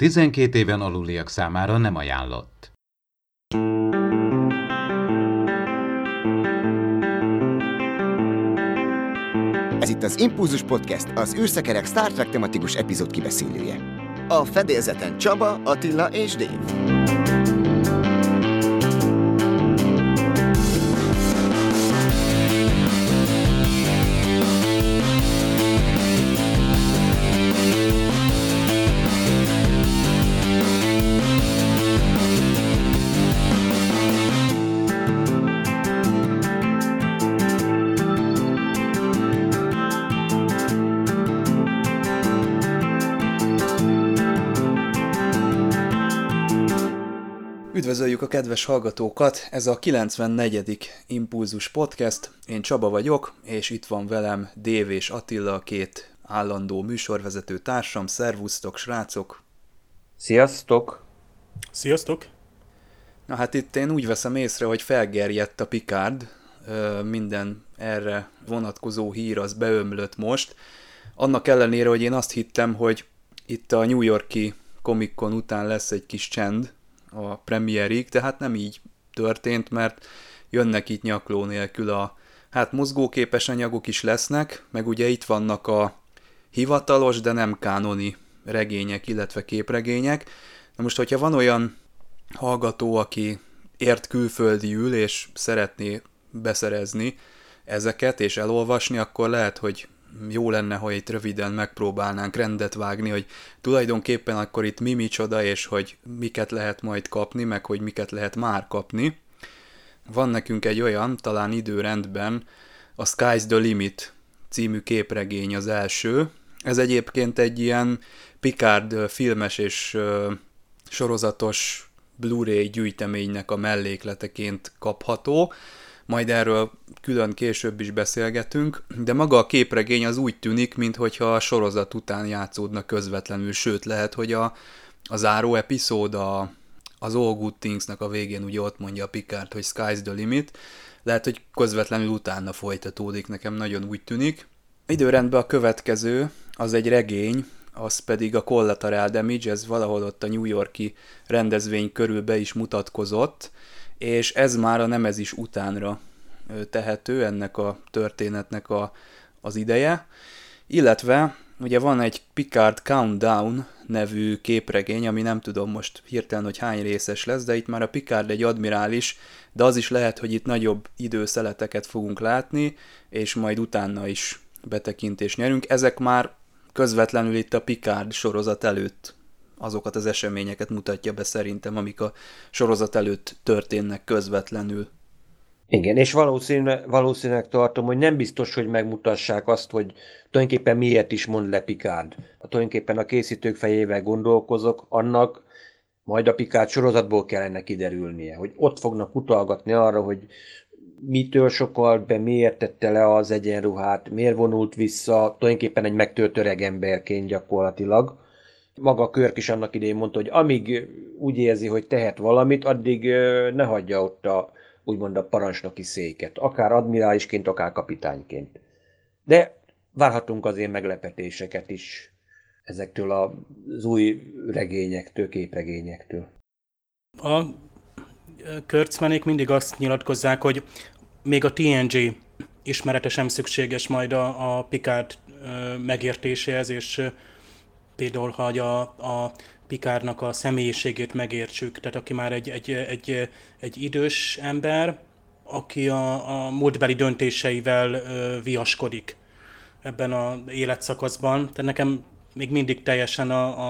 12 éven aluliak számára nem ajánlott. Ez itt az Impulzus Podcast, az űrszekerek Star Trek tematikus epizód kibeszélője. A fedélzeten Csaba, Attila és Dave. Üdvözöljük a kedves hallgatókat! Ez a 94. Impulzus Podcast. Én Csaba vagyok, és itt van velem Dave és Attila, két állandó műsorvezető társam. Szervusztok, srácok! Sziasztok! Sziasztok! Na hát itt én úgy veszem észre, hogy felgerjedt a Picard, minden erre vonatkozó hír az beömlött most. Annak ellenére, hogy én azt hittem, hogy itt a New York-i Comic Con után lesz egy kis csend a premierig, de hát nem így történt, mert jönnek itt nyakló nélkül mozgóképes anyagok is lesznek, meg ugye itt vannak a hivatalos, de nem kánoni regények, illetve képregények. Na most, hogyha van olyan hallgató, aki ért külföldiül, és szeretné beszerezni ezeket, és elolvasni, akkor lehet, hogy jó lenne, ha itt röviden megpróbálnánk rendet vágni, hogy tulajdonképpen akkor itt mi micsoda, és hogy miket lehet majd kapni, meg hogy miket lehet már kapni. Van nekünk egy olyan, talán időrendben, a Sky's the Limit című képregény az első. Ez egyébként egy ilyen Picard filmes és sorozatos Blu-ray gyűjteménynek a mellékleteként kapható. Majd erről külön később is beszélgetünk, de maga a képregény az úgy tűnik, minthogyha a sorozat után játszódna közvetlenül, sőt lehet, hogy a záró epizód, az All Good Things-nak a végén ugye ott mondja a Picard, hogy Sky's the Limit, lehet, hogy közvetlenül utána folytatódik, nekem nagyon úgy tűnik. Időrendben a következő, az egy regény, az pedig a Collateral Damage, ez valahol ott a New York-i rendezvény körül be is mutatkozott, és ez már a Nemezis utánra tehető, ennek a történetnek az ideje. Illetve ugye van egy Picard Countdown nevű képregény, ami nem tudom most hirtelen, hogy hány részes lesz, de itt már a Picard egy admirális, de az is lehet, hogy itt nagyobb időszeleteket fogunk látni, és majd utána is betekintést nyerünk. Ezek már közvetlenül itt a Picard sorozat előtt azokat az eseményeket mutatja be szerintem, amik a sorozat előtt történnek közvetlenül. Igen, és valószínűleg tartom, hogy nem biztos, hogy megmutassák azt, hogy tulajdonképpen miért is mond le Picard. Tulajdonképpen a készítők fejével gondolkozok, annak majd a Picard sorozatból kellene kiderülnie, hogy ott fognak utalgatni arra, hogy mitől sokalt be, miért tette le az egyenruhát, miért vonult vissza, tulajdonképpen egy megtört öreg emberként gyakorlatilag. Maga Kirk is annak idején mondta, hogy amíg úgy érzi, hogy tehet valamit, addig ne hagyja ott úgymond a parancsnoki széket, akár admirálisként, akár kapitányként. De várhatunk azért meglepetéseket is ezektől az új regényektől, képregényektől. A Kurtzmanék mindig azt nyilatkozzák, hogy még a TNG ismerete sem szükséges majd a Picard megértéséhez, és például, hogy a Picardnak a személyiségét megértsük, tehát aki már egy idős ember, aki a múltbeli döntéseivel viaskodik ebben az életszakaszban. Tehát nekem még mindig teljesen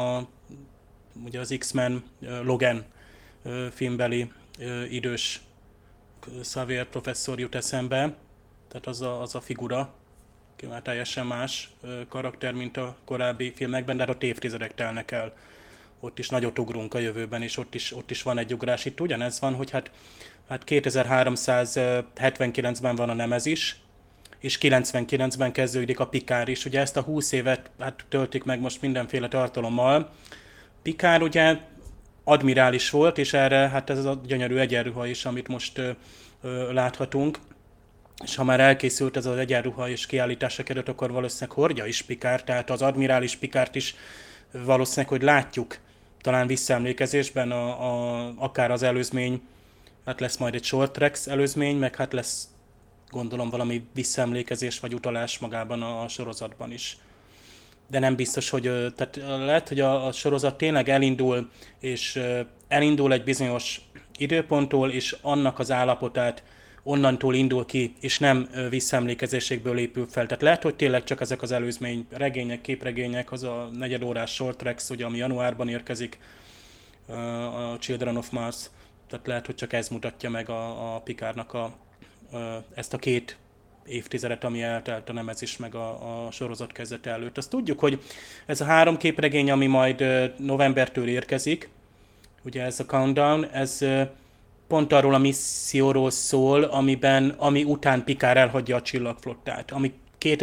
ugye az X-Men Logan filmbeli idős Xavier professzor jut eszembe, tehát az a figura, aki már teljesen más karakter, mint a korábbi filmekben, de hát ott évtizedek telnek el. Ott is nagyot ugrunk a jövőben, és ott is van egy ugrás. Itt ugyanez van, hogy hát 2379-ben van a Nemezis, és 99-ben kezdődik a Picard is. Ugye ezt a 20 évet töltik meg most mindenféle tartalommal. Picard ugye admirális volt, és erre hát ez a gyönyörű egyenruha is, amit most láthatunk. És ha már elkészült ez az egyenruha és kiállításra került, akkor valószínűleg hordja is Picard, tehát az admirális Picard is valószínűleg, hogy látjuk talán visszaemlékezésben, akár az előzmény, hát lesz majd egy Short Tracks előzmény, meg hát lesz gondolom valami visszaemlékezés vagy utalás magában a sorozatban is. De nem biztos, hogy tehát lehet, hogy a sorozat tényleg elindul, és elindul egy bizonyos időponttól, és annak az állapotát onnantól indul ki, és nem visszaemlékezésekből épül fel. Tehát lehet, hogy tényleg csak ezek az előzmény regények, képregények, az a negyedórás Short Tracks, ugye, ami januárban érkezik, a Children of Mars, tehát lehet, hogy csak ez mutatja meg a Picardnak ezt a 2 évtizedet, ami eltelt a nemezis meg a sorozat kezdete előtt. Azt tudjuk, hogy ez a 3 képregény, ami majd novembertől érkezik, ugye ez a Countdown, ez pont arról a misszióról szól, ami után Picard elhagyja a csillagflottát, ami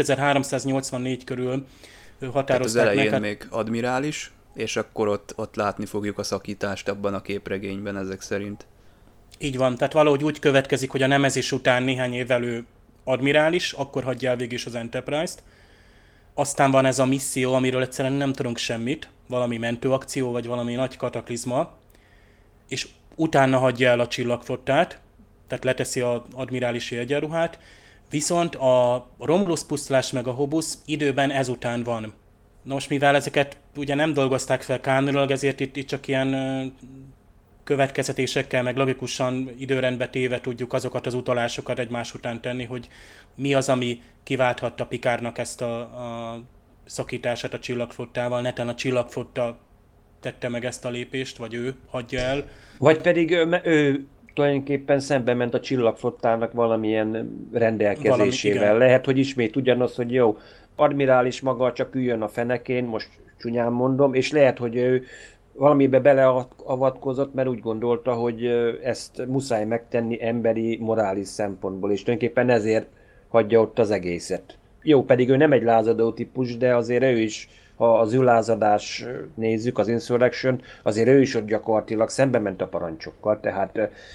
2384 körül határozták meg. Az elején még admirális, és akkor ott látni fogjuk a szakítást abban a képregényben ezek szerint. Így van, tehát valahogy úgy következik, hogy a nemezis után néhány évvel ő admirális, akkor hagyja el végig is az Enterprise-t. Aztán van ez a misszió, amiről egyszerűen nem tudunk semmit, valami mentőakció, vagy valami nagy kataklizma, és utána hagyja el a csillagflottát, tehát leteszi az admirálisi egyenruhát, viszont a Romulus pusztulás meg a Hobbusz időben ezután van. Nos, mivel ezeket ugye nem dolgozták fel kánonilag, ezért itt csak ilyen következtetésekkel, meg logikusan időrendbe téve tudjuk azokat az utalásokat egymás után tenni, hogy mi az, ami kiválthatta Picardnak ezt a szakítását a csillagflottával, netán a csillagflotta tette meg ezt a lépést, vagy ő hagyja el. Vagy pedig ő tulajdonképpen szembe ment a csillagflottának valamilyen rendelkezésével. Lehet, hogy ismét ugyanaz, hogy jó, admirális maga csak üljön a fenekén, most csúnyán mondom, és lehet, hogy ő valamibe beleavatkozott, mert úgy gondolta, hogy ezt muszáj megtenni emberi, morális szempontból, és tulajdonképpen ezért hagyja ott az egészet. Jó, pedig ő nem egy lázadó típus, de azért ő is, ha az ő lázadás nézzük, az Insurrection, azért ő is ott gyakorlatilag szembe ment a parancsokkal, tehát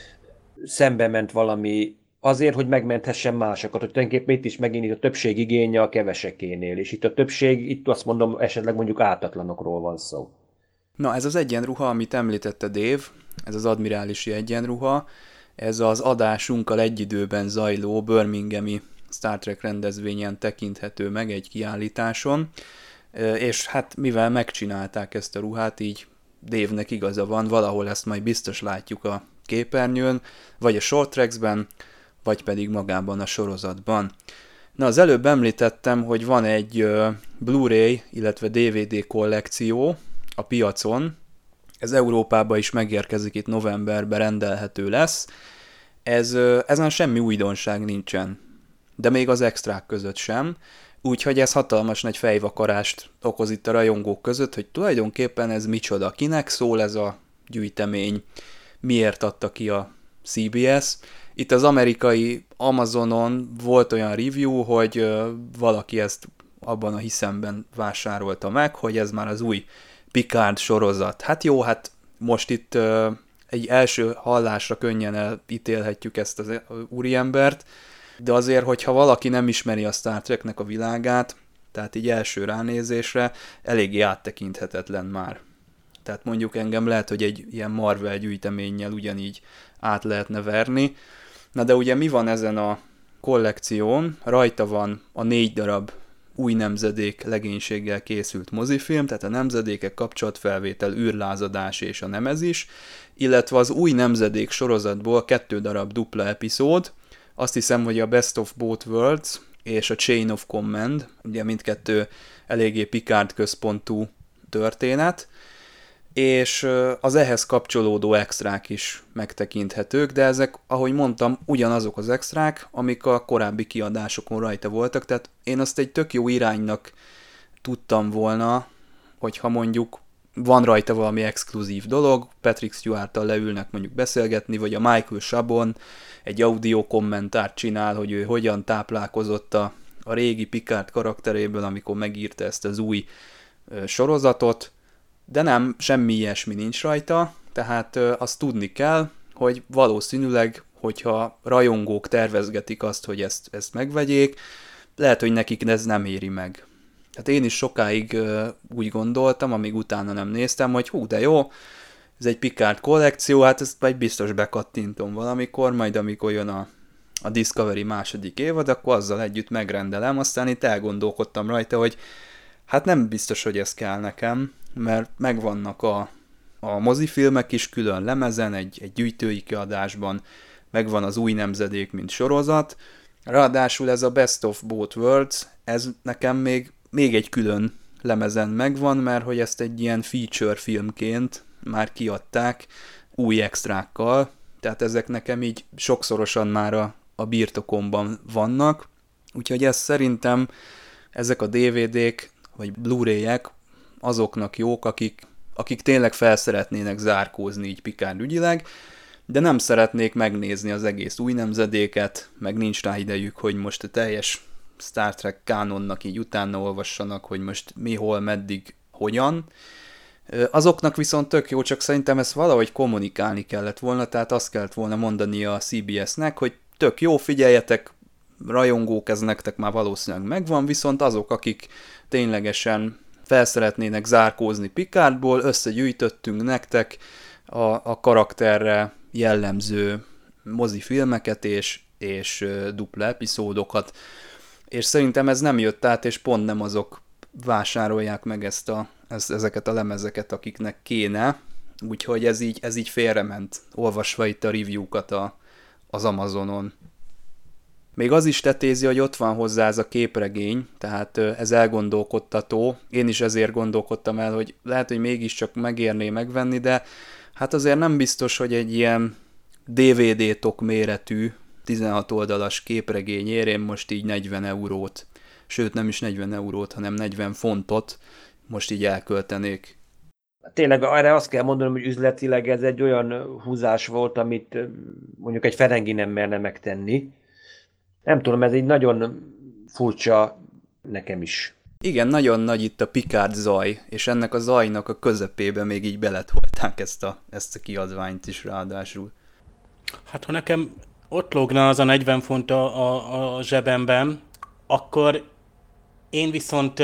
szembe ment valami azért, hogy megmenthessen másokat, hogy tulajdonképpen itt is megint a többség igénye a kevesekénél, és itt a többség, itt azt mondom, esetleg mondjuk ártatlanokról van szó. Na, ez az egyenruha, amit említette Dave, ez az admirálisi egyenruha, ez az adásunkkal egy időben zajló birminghami Star Trek rendezvényen tekinthető meg egy kiállításon, és hát mivel megcsinálták ezt a ruhát, így Dave-nek igaza van, valahol ezt majd biztos látjuk a képernyőn, vagy a Short Tracks-ben, vagy pedig magában a sorozatban. Na, az előbb említettem, hogy van egy Blu-ray, illetve DVD kollekció a piacon, ez Európába is megérkezik, itt novemberben rendelhető lesz. Ezen semmi újdonság nincsen, de még az extrák között sem, úgyhogy ez hatalmas nagy fejvakarást okoz itt a rajongók között, hogy tulajdonképpen ez micsoda, kinek szól ez a gyűjtemény, miért adta ki a CBS. Itt az amerikai Amazonon volt olyan review, hogy valaki ezt abban a hiszemben vásárolta meg, hogy ez már az új Picard sorozat. Hát jó, hát most itt egy első hallásra könnyen elítélhetjük ezt az úriembert, de azért, hogyha valaki nem ismeri a Star Treknek a világát, tehát így első ránézésre, eléggé áttekinthetetlen már. Tehát mondjuk engem lehet, hogy egy ilyen Marvel gyűjteménnyel ugyanígy át lehetne verni. Na de ugye mi van ezen a kollekción? Rajta van a 4 darab új nemzedék legénységgel készült mozifilm, tehát a nemzedékek kapcsolatfelvétel, űrlázadás és a nemezis, illetve az új nemzedék sorozatból 2 darab dupla epizód, azt hiszem, hogy a Best of Both Worlds és a Chain of Command, ugye mindkettő eléggé Picard központú történet, és az ehhez kapcsolódó extrák is megtekinthetők, de ezek, ahogy mondtam, ugyanazok az extrák, amik a korábbi kiadásokon rajta voltak, tehát én azt egy tök jó iránynak tudtam volna, hogyha mondjuk van rajta valami exkluzív dolog, Patrick Stewart-tal leülnek mondjuk beszélgetni, vagy a Michael Chabon egy audio kommentárt csinál, hogy ő hogyan táplálkozott a régi Picard karakteréből, amikor megírta ezt az új sorozatot, de nem, semmi ilyesmi nincs rajta, tehát azt tudni kell, hogy valószínűleg, hogyha rajongók tervezgetik azt, hogy ezt megvegyék, lehet, hogy nekik ez nem éri meg. Hát én is sokáig úgy gondoltam, amíg utána nem néztem, hogy hú, de jó, ez egy Picard kollekció, hát ezt majd biztos bekattintom valamikor, majd amikor jön a Discovery második évad, akkor azzal együtt megrendelem, aztán itt elgondolkodtam rajta, hogy hát nem biztos, hogy ez kell nekem, mert megvannak a mozifilmek is külön lemezen, egy gyűjtői kiadásban, megvan az új nemzedék, mint sorozat, ráadásul ez a Best of Both Worlds, ez nekem még egy külön lemezen megvan, mert hogy ezt egy ilyen feature filmként már kiadták új extrákkal, tehát ezek nekem így sokszorosan már a birtokomban vannak, úgyhogy ez szerintem ezek a DVD-k vagy Blu-ray-ek azoknak jók, akik tényleg felszeretnének zárkózni így Picard ügyileg, de nem szeretnék megnézni az egész új nemzedéket, meg nincs rá idejük, hogy most a teljes Star Trek kánonnak így utána olvassanak, hogy most mi, hol, meddig, hogyan. Azoknak viszont tök jó, csak szerintem ezt valahogy kommunikálni kellett volna, tehát azt kellett volna mondani a CBS-nek, hogy tök jó, figyeljetek, rajongók, ez nektek már valószínűleg megvan, viszont azok, akik ténylegesen felszeretnének zárkózni Picardból, összegyűjtöttünk nektek a karakterre jellemző mozifilmeket és dupla epizódokat, és szerintem ez nem jött át, és pont nem azok vásárolják meg ezeket a lemezeket, akiknek kéne, úgyhogy ez így félrement, olvasva itt a review-kat az Amazonon. Még az is tetézi, hogy ott van hozzá ez a képregény, tehát ez elgondolkodtató. Én is ezért gondolkodtam el, hogy lehet, hogy mégiscsak megérné megvenni, de hát azért nem biztos, hogy egy ilyen DVD-tok méretű 16 oldalas képregény érén most így 40 eurót, sőt nem is 40 eurót, hanem 40 fontot most így elköltenék. Tényleg erre azt kell mondanom, hogy üzletileg ez egy olyan húzás volt, amit mondjuk egy Ferengi nem merne megtenni. Nem tudom, ez egy nagyon furcsa nekem is. Igen, nagyon nagy itt a Picard zaj, és ennek a zajnak a közepébe még így beletolták ezt a kiadványt is ráadásul. Hát ha nekem ott lógna az a 40 font a zsebemben, akkor én viszont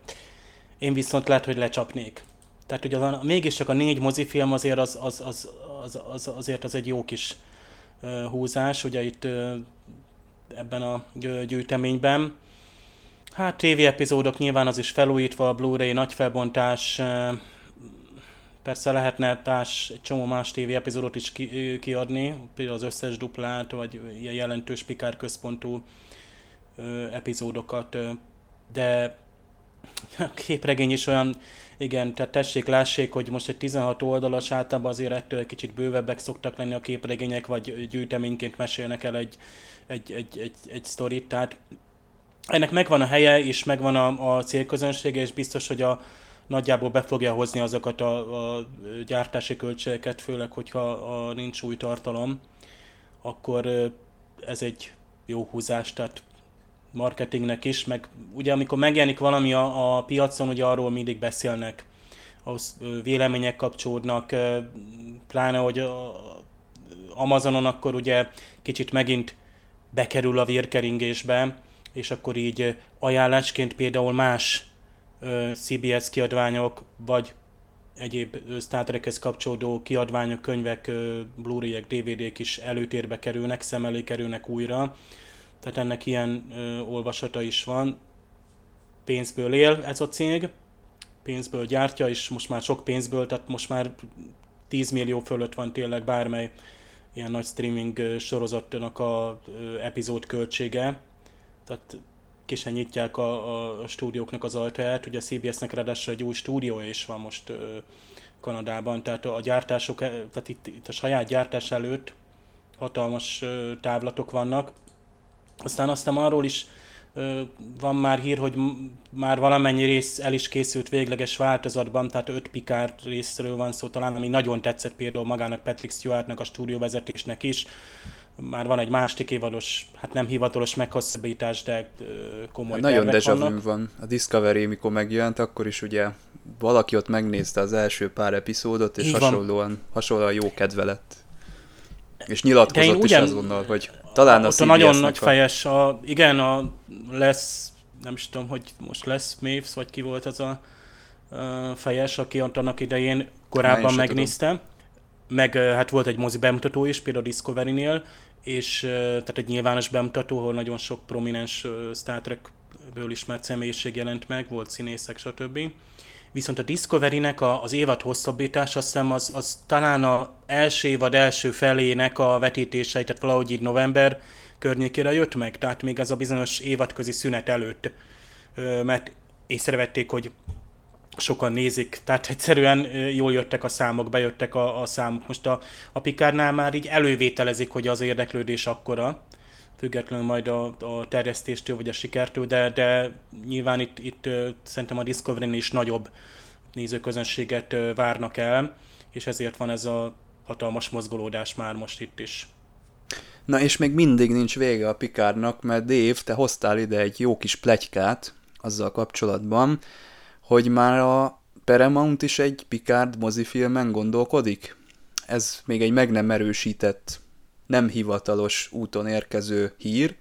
lehet, hogy lecsapnék. Tehát ugye mégiscsak a 4 mozifilm azért azért az egy jó kis húzás, ugye itt ebben a gyűjteményben. Hát TV epizódok nyilván az is felújítva, a Blu-ray nagy felbontás, persze lehetne egy csomó más TV epizódot is kiadni, például az összes duplát, vagy ilyen jelentős Picard központú epizódokat, de a képregény is olyan, igen, tehát tessék, lássék, hogy most egy 16 oldalas, általában azért ettől egy kicsit bővebbek szoktak lenni a képregények, vagy gyűjteményként mesélnek el egy sztorit, tehát ennek megvan a helye, és megvan a célközönsége, és biztos, hogy nagyjából be fogja hozni azokat a gyártási költségeket, főleg, hogyha nincs új tartalom, akkor ez egy jó húzás, tehát marketingnek is, meg ugye amikor megjelenik valami a piacon, ugye arról mindig beszélnek, ahhoz vélemények kapcsolódnak, pláne, hogy Amazonon akkor ugye kicsit megint bekerül a vérkeringésbe, és akkor így ajánlásként például más CBS kiadványok, vagy egyéb Star Trekhez kapcsolódó kiadványok, könyvek, Blu-ray-ek, DVD-k is előtérbe kerülnek, szem elé kerülnek újra. Tehát ennek ilyen olvasata is van. Pénzből él ez a cég, pénzből gyártja, és most már sok pénzből, tehát most már 10 millió fölött van tényleg bármely ilyen nagy streaming sorozatnak a epizód költsége. Tehát ki sem nyitják a stúdióknak az ajtaját. Ugye a CBS-nek ráadásul egy új stúdiója is van most Kanadában, tehát a gyártások, tehát itt a saját gyártás előtt hatalmas távlatok vannak. Aztán arról is van már hír, hogy már valamennyi rész el is készült végleges változatban, tehát 5 Picard részről van szó, talán ami nagyon tetszett például magának Patrick Stewartnak, a stúdióvezetésnek is. Már van egy másik évados, hát nem hivatalos meghosszabbítás, de komoly nagyon tervek vannak. déjà vu van. A Discovery, mikor megjelent, akkor is ugye valaki ott megnézte az első pár epizódot, és hasonlóan jó kedve lett. És nyilatkozott is azonnal, hogy talán a CBS-nek nagyon nagy fejes, lesz nem is tudom, hogy most lesz Maves, vagy ki volt az a fejes, aki annak idején korábban megnézte. Meg hát volt egy mozi bemutató is, például a Discovery-nél, és tehát egy nyilvános bemutató, ahol nagyon sok prominens Star Trek-ből ismert személyiség jelent meg, volt színészek, stb. Viszont a Discovery-nek az évad hosszabbítása, azt hiszem, az talán az első évad első felének a vetítései, tehát valahogy így november környékére jött meg, tehát még ez a bizonyos évadközi szünet előtt, mert észrevették, hogy sokan nézik, tehát egyszerűen jól jöttek a számok, bejöttek a számok. Most a Picardnál már így elővételezik, hogy az érdeklődés akkora, függetlenül majd a terjesztéstől vagy a sikertől, de nyilván itt szerintem a Discovery-nél is nagyobb nézőközönséget várnak el, és ezért van ez a hatalmas mozgolódás már most itt is. Na és még mindig nincs vége a Picardnak, mert Dave, te hoztál ide egy jó kis pletykát azzal kapcsolatban, hogy már a Paramount is egy Picard mozifilmen gondolkodik? Ez még egy meg nem erősített, nem hivatalos úton érkező hír,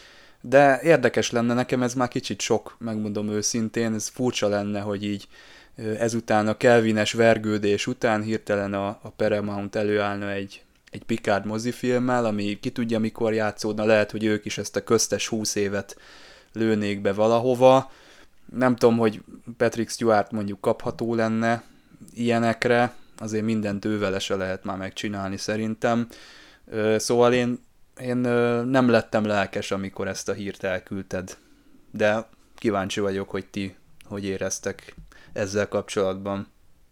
de érdekes lenne, nekem ez már kicsit sok, megmondom őszintén, ez furcsa lenne, hogy így ezután a Kelvines vergődés után hirtelen a Paramount előállna egy Picard mozifilmmel, ami ki tudja mikor játszódna, lehet, hogy ők is ezt a köztes 20 évet lőnék be valahova. Nem tudom, hogy Patrick Stewart mondjuk kapható lenne ilyenekre, azért mindent ővele se lehet már megcsinálni szerintem. Szóval én nem lettem lelkes, amikor ezt a hírt elküldted, de kíváncsi vagyok, hogy ti hogy éreztek ezzel kapcsolatban.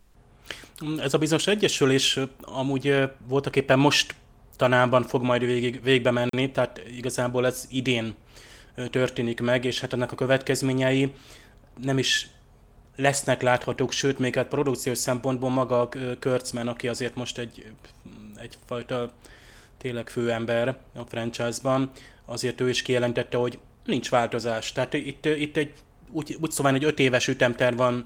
Ez a bizonyos egyesülés amúgy voltaképpen mostanában fog majd végbe menni, tehát igazából ez idén történik meg, és hát ennek a következményei nem is lesznek láthatók, sőt, még hát produkciós szempontból maga a Kurtzman, aki azért most egyfajta tényleg főember a franchise-ban, azért ő is kijelentette, hogy nincs változás. Tehát itt úgy szóval egy 5 éves ütemterv van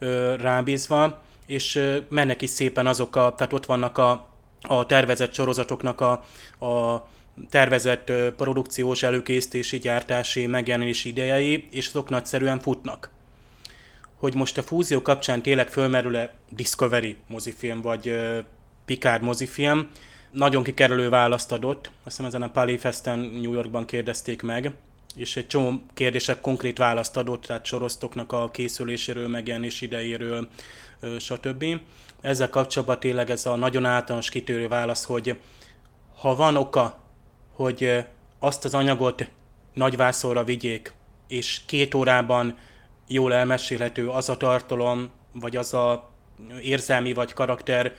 rábízva, és mennek is szépen azok tehát ott vannak a tervezett sorozatoknak a tervezett produkciós, előkészítési, gyártási, megjelenési idejei, és azok nagyszerűen futnak. Hogy most a fúzió kapcsán tényleg fölmerül-e Discovery mozifilm, vagy Picard mozifilm, nagyon kikerülő választ adott, azt hiszem ezen a Polyfesten New Yorkban kérdezték meg, és egy csomó kérdések konkrét választ adott, tehát sorosztoknak a készüléséről, megjelenés idejéről, stb. Ezzel kapcsolatban tényleg ez a nagyon általános kitérő válasz, hogy ha van oka, hogy azt az anyagot nagyvászorra vigyék, és 2 órában jól elmesélhető az a tartalom, vagy az a érzelmi vagy karakter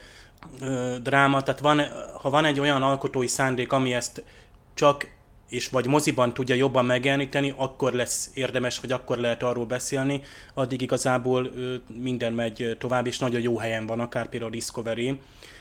dráma, tehát ha van egy olyan alkotói szándék, ami ezt csak és vagy moziban tudja jobban megjeleníteni, akkor lesz érdemes, vagy akkor lehet arról beszélni, addig igazából minden megy tovább, és nagyon jó helyen van, akár például a Discovery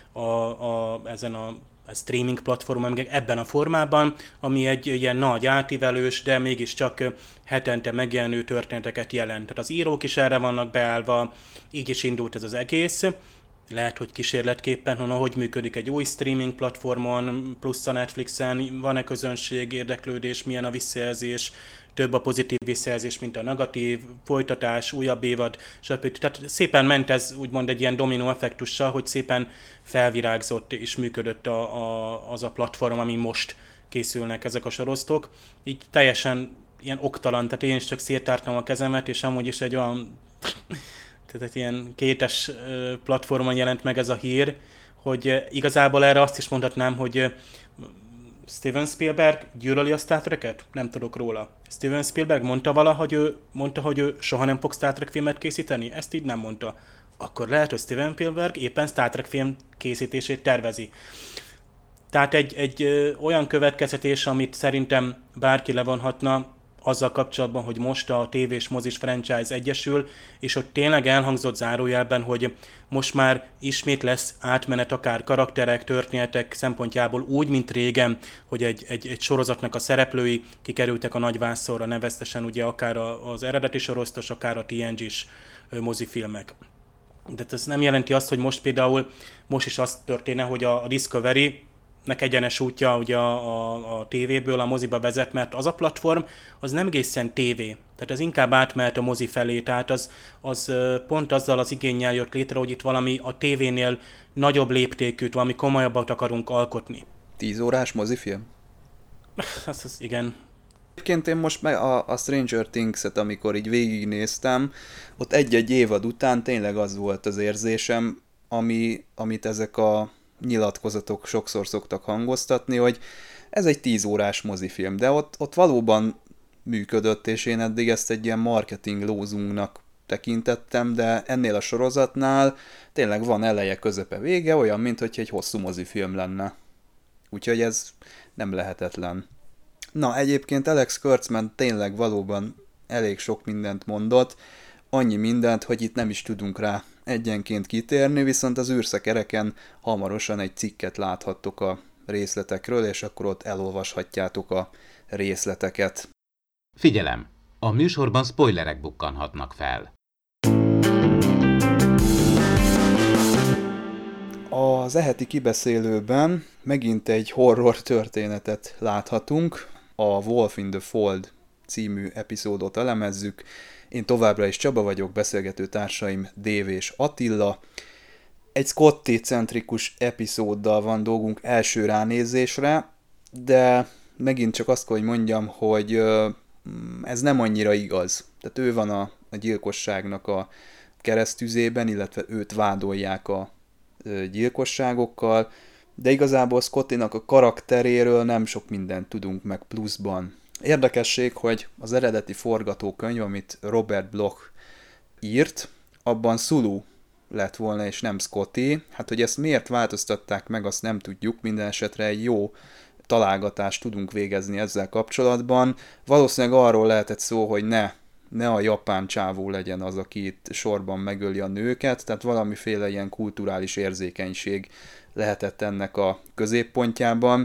ezen a streaming platformon, ebben a formában, ami egy ilyen nagy átívelős, de mégiscsak hetente megjelenő történeteket jelent. Tehát az írók is erre vannak beállva, így is indult ez az egész. Lehet, hogy kísérletképpen, hogy működik egy új streaming platformon, plusz a Netflixen, van-e közönség, érdeklődés, milyen a visszajelzés, több a pozitív visszajelzés, mint a negatív, folytatás, újabb évad, stb. Tehát szépen ment ez úgymond egy ilyen dominó effektussal, hogy szépen felvirágzott és működött az a platform, ami most készülnek ezek a sorosztok. Így teljesen ilyen oktalan, tehát én is csak széttártam a kezemet, és amúgy is egy olyan tehát ilyen kétes platformon jelent meg ez a hír, hogy igazából erre azt is mondhatnám, hogy Steven Spielberg gyűlöli a Star Trek-et? Nem tudok róla. Steven Spielberg mondta hogy ő soha nem fog Star Trek filmet készíteni? Ezt így nem mondta. Akkor lehet, hogy Steven Spielberg éppen Star Trek film készítését tervezi. Tehát egy olyan következtetés, amit szerintem bárki levonhatna azzal kapcsolatban, hogy most a tévés mozis franchise egyesül, és ott tényleg elhangzott zárójelben, hogy most már ismét lesz átmenet akár karakterek, történetek szempontjából úgy, mint régen, hogy egy sorozatnak a szereplői kikerültek a nagyvászorra, neveztesen ugye akár az eredeti sorosztos, akár a TNG-s mozifilmek. De ez nem jelenti azt, hogy most is az történne, hogy a Discovery egyenes útja ugye a tévéből a moziba vezet, mert az a platform az nem egészen tévé. Tehát ez inkább átmehet a mozi felé, tehát az pont azzal az igénnyel jött létre, hogy itt valami a tévénél nagyobb léptékűt, valami komolyabbat akarunk alkotni. 10 órás mozifilm? Az igen. Egyébként én most meg a Stranger Things-et, amikor így végignéztem, ott egy-egy évad után tényleg az volt az érzésem, amit ezek a nyilatkozatok sokszor szoktak hangoztatni, hogy ez egy 10 órás mozifilm, de ott valóban működött, és én eddig ezt egy ilyen marketing lózunknak tekintettem, de ennél a sorozatnál tényleg van eleje, közepe, vége, olyan, mintha egy hosszú mozifilm lenne. Úgyhogy ez nem lehetetlen. Na, egyébként Alex Kurtzman tényleg valóban elég sok mindent mondott, annyi mindent, hogy itt nem is tudunk rá egyenként kitérni, viszont az űrszekereken hamarosan egy cikket láthattok a részletekről, és akkor ott elolvashatjátok a részleteket. Figyelem! A műsorban spoilerek bukkanhatnak fel. Az eheti kibeszélőben megint egy horror történetet láthatunk, a Wolf in the Fold című epizódot elemezzük. Én továbbra is Csaba vagyok, beszélgető társaim Dév és Attila. Egy Scotty-centrikus epizóddal van dolgunk első ránézésre, de megint csak azt kell, hogy mondjam, hogy ez nem annyira igaz. Tehát ő van a gyilkosságnak a keresztüzében, illetve őt vádolják a gyilkosságokkal, de igazából Scottynak a karakteréről nem sok mindent tudunk meg pluszban. Érdekesség, hogy az eredeti forgatókönyv, amit Robert Bloch írt, abban Sulu lett volna, és nem Scotty. Hát, hogy ezt miért változtatták meg, azt nem tudjuk, minden esetre egy jó találgatást tudunk végezni ezzel kapcsolatban. Valószínűleg arról lehetett szó, hogy ne a japán csávó legyen az, aki itt sorban megöli a nőket, tehát valamiféle ilyen kulturális érzékenység lehetett ennek a középpontjában.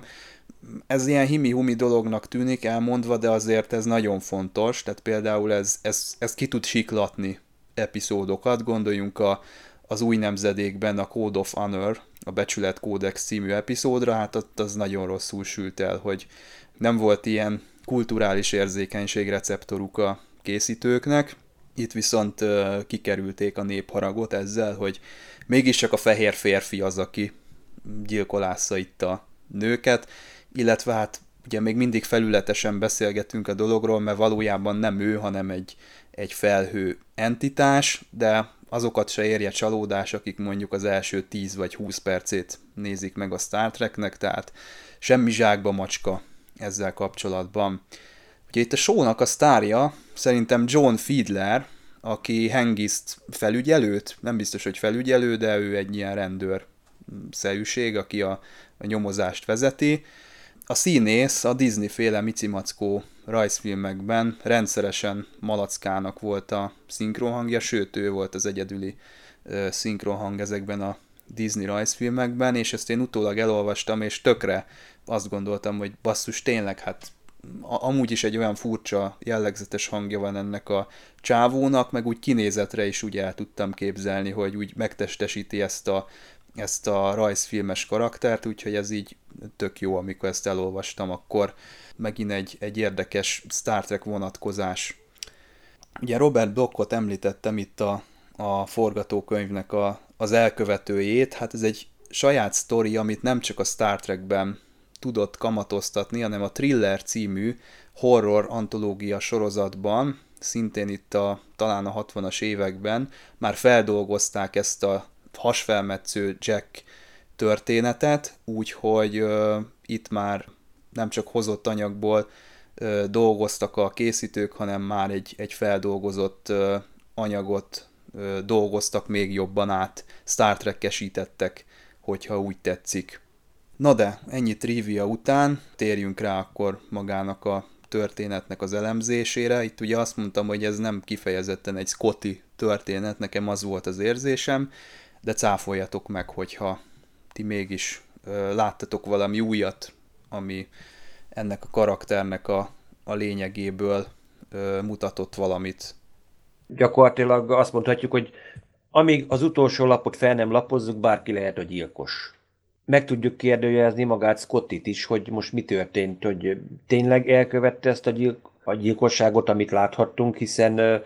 Ez ilyen himi-humi dolognak tűnik elmondva, de azért ez nagyon fontos, tehát például ez ki tud siklatni epizódokat, gondoljunk az új nemzedékben a Code of Honor, a Becsület Kódex című epizódra, hát ott az nagyon rosszul sült el, hogy nem volt ilyen kulturális érzékenység receptoruk a készítőknek, itt viszont kikerülték a népharagot ezzel, hogy mégiscsak a fehér férfi az, aki gyilkolásza itt a nőket, illetve hát ugye még mindig felületesen beszélgetünk a dologról, mert valójában nem ő, hanem egy felhő entitás, de azokat se érje csalódás, akik mondjuk az első 10 vagy 20 percét nézik meg a Star Treknek, tehát semmi zsákba macska ezzel kapcsolatban. Ugye itt a show-nak a sztárja szerintem John Fiedler, aki Hengist felügyelőt, nem biztos, hogy felügyelő, de ő egy ilyen rendőr szerűség, aki a nyomozást vezeti. A színész a Disney-féle micimackó rajzfilmekben rendszeresen Malackának volt a szinkronhangja, sőt ő volt az egyedüli szinkronhang ezekben a Disney rajzfilmekben, és ezt én utólag elolvastam, és tökre azt gondoltam, hogy basszus, tényleg, hát amúgy is egy olyan furcsa, jellegzetes hangja van ennek a csávónak, meg úgy kinézetre is úgy el tudtam képzelni, hogy úgy megtestesíti ezt a rajzfilmes karaktert, úgyhogy ez így tök jó, amikor ezt elolvastam, akkor megint egy érdekes Star Trek vonatkozás. Ugye Robert Blochot említettem itt a forgatókönyvnek az elkövetőjét, hát ez egy saját sztori, amit nem csak a Star Trekben tudott kamatoztatni, hanem a Thriller című horror antológia sorozatban, szintén itt talán a 60-as években már feldolgozták ezt a hasfelmetsző Jack történetet, úgyhogy itt már nem csak hozott anyagból dolgoztak a készítők, hanem már egy feldolgozott anyagot dolgoztak még jobban át, Star Trek-esítettek, hogyha úgy tetszik. Na de, ennyi trivia után térjünk rá akkor magának a történetnek az elemzésére. Itt ugye azt mondtam, hogy ez nem kifejezetten egy Scotty történet, nekem az volt az érzésem, de cáfoljatok meg, hogyha ti mégis láttatok valami újat, ami ennek a karakternek a lényegéből mutatott valamit. Gyakorlatilag azt mondhatjuk, hogy amíg az utolsó lapot fel nem lapozzuk, bárki lehet a gyilkos. meg tudjuk kérdőjelezni magát Scottit is, hogy most mi történt, hogy tényleg elkövette ezt a gyilkosságot, amit láthattunk, hiszen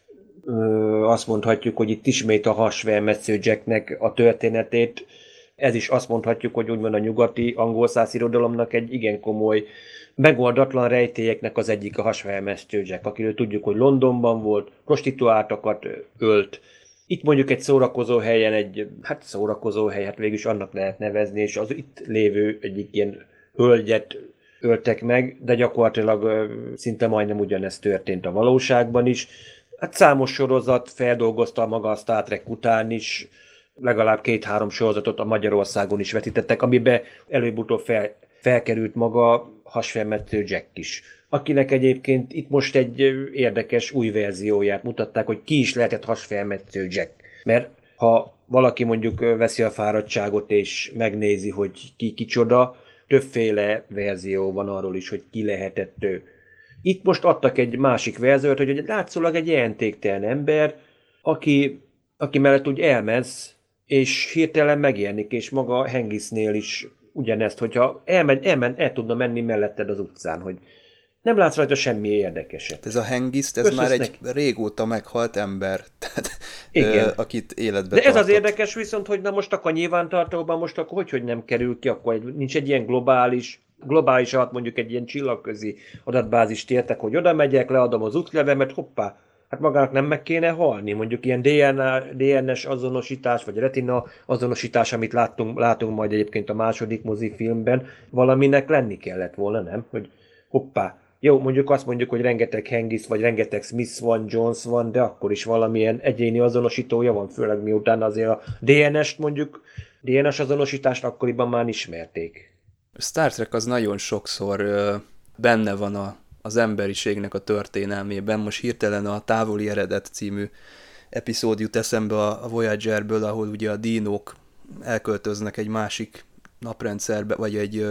azt mondhatjuk, hogy itt ismét a hasfelmetsző Jacknek a történetét, ez is azt mondhatjuk, hogy úgymond a nyugati angolszász irodalomnak egy igen komoly megoldatlan rejtélyeknek az egyik a hasfelmetsző Jack, akiről tudjuk, hogy Londonban volt, prostituáltakat ölt. Itt mondjuk egy szórakozó helyen, szórakozó hely, hát végülis annak lehet nevezni, és az itt lévő egyik ilyen hölgyet öltek meg, de gyakorlatilag szinte majdnem ugyanezt történt a valóságban is. Hát számos sorozat feldolgozta maga a Star Trek után is, legalább 2-3 sorozatot a Magyarországon is vetítettek, amiben előbb-utóbb felkerült maga hasfelmetsző Jack is, akinek egyébként itt most egy érdekes új verzióját mutatták, hogy ki is lehetett hasfelmetsző Jack. Mert ha valaki mondjuk veszi a fáradtságot és megnézi, hogy ki kicsoda, többféle verzió van arról is, hogy ki lehetett ő. Itt most adtak egy másik verziót, hogy látszólag egy jelentéktelen ember, aki mellett úgy elmensz, és hirtelen megjelenik, és maga Hengistnél is ugyanezt, hogyha el tudna menni melletted az utcán, hogy nem látsz rajta semmi érdekeset. Ez a Hengist, ez már egy régóta meghalt ember, tehát, akit életbe De ez tartott. az érdekes viszont, hogy na most akkor nyilvántartóban most akkor hogy nem kerül ki, akkor nincs egy ilyen globális alatt mondjuk egy ilyen csillagközi adatbázist értek, hogy oda megyek, leadom az útlevemet, hoppá, hát magának nem meg kéne halni, mondjuk ilyen DNS azonosítás, vagy retina azonosítás, amit látunk majd egyébként a második mozifilmben, valaminek lenni kellett volna, nem? Hogy hoppá, jó, mondjuk azt mondjuk, hogy rengeteg Hengist, vagy rengeteg Smith van, Jones van, de akkor is valamilyen egyéni azonosítója van, főleg miután azért a DNS-t mondjuk, DNS azonosítást akkoriban már ismerték. Star Trek az nagyon sokszor benne van az emberiségnek a történelmében. Most hirtelen a Távoli Eredet című epizód jut eszembe a Voyagerből, ahol ugye a dínók elköltöznek egy másik naprendszerbe, vagy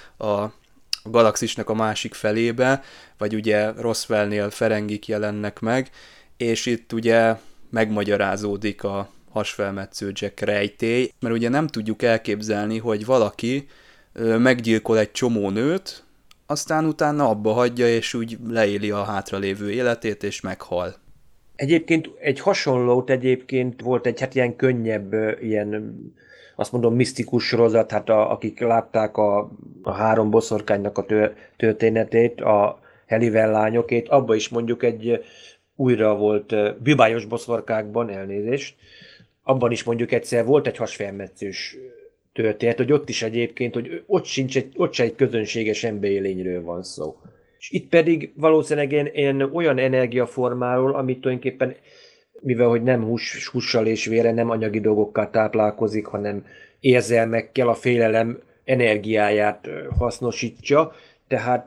a galaxisnak a másik felébe, vagy ugye Roswellnél Ferengik jelennek meg, és itt ugye megmagyarázódik a hasfelmetsző Jack rejtély, mert ugye nem tudjuk elképzelni, hogy valaki meggyilkol egy csomó nőt, aztán utána abba hagyja, és úgy leéli a hátralévő életét, és meghal. Egyébként egy hasonlót volt egy ilyen könnyebb, ilyen azt mondom misztikus sorozat, hát akik látták a 3 boszorkánynak a történetét, a Helivel lányokét, abba is mondjuk egy újra volt bűbájos boszorkákban, elnézést, abban is mondjuk egyszer volt egy hasfelmetszős történet, hogy ott is egyébként, hogy ott se egy közönséges emberi lényről van szó. És itt pedig valószínűleg olyan energiaformáról, amit tulajdonképpen, mivel hogy nem hússal és vére, nem anyagi dolgokkal táplálkozik, hanem érzelmekkel a félelem energiáját hasznosítja, tehát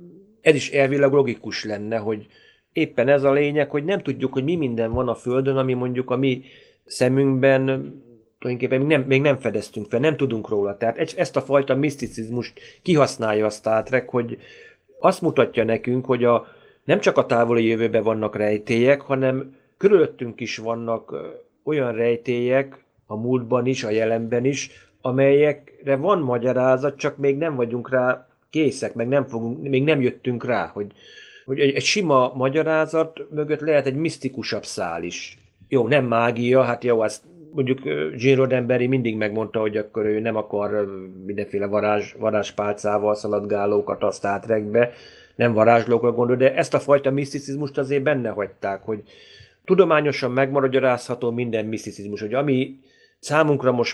ez is elvileg logikus lenne, hogy éppen ez a lényeg, hogy nem tudjuk, hogy mi minden van a Földön, ami mondjuk a mi szemünkben tulajdonképpen még nem fedeztünk fel, nem tudunk róla. Tehát ezt a fajta miszticizmust kihasználja a Star Trek, hogy azt mutatja nekünk, hogy nem csak a távoli jövőben vannak rejtélyek, hanem körülöttünk is vannak olyan rejtélyek, a múltban is, a jelenben is, amelyekre van magyarázat, csak még nem vagyunk rá készek, még nem jöttünk rá, hogy egy sima magyarázat mögött lehet egy misztikusabb szál is. Jó, nem mágia, hát jó, azt mondjuk Gene Roddenberry mindig megmondta, hogy akkor ő nem akar mindenféle varázspálcával szaladgálókat a Star Trekbe, nem varázslókra gondol, de ezt a fajta miszticizmust azért benne hagyták, hogy tudományosan megmagyarázható minden miszticizmus, hogy ami számunkra most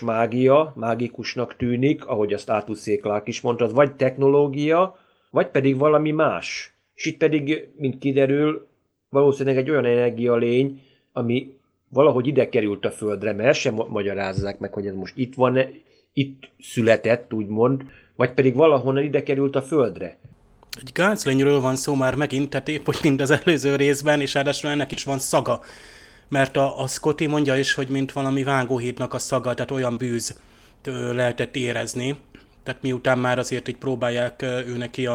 mágikusnak tűnik, ahogy azt Arthur C. Clarke is mondta, az vagy technológia, vagy pedig valami más. És itt pedig, mint kiderül, valószínűleg egy olyan energialény, ami valahogy ide került a Földre, mert ezt sem magyarázzák meg, hogy ez most itt van, itt született, úgymond, vagy pedig valahonnan ide került a Földre. Egy gázlényről van szó már megint, tehát épp, hogy mind az előző részben, és ráadásul ennek is van szaga. Mert a Scotty mondja is, hogy mint valami vágóhídnak a szaga, tehát olyan bűz lehetett érezni. Tehát miután már azért így próbálják ő neki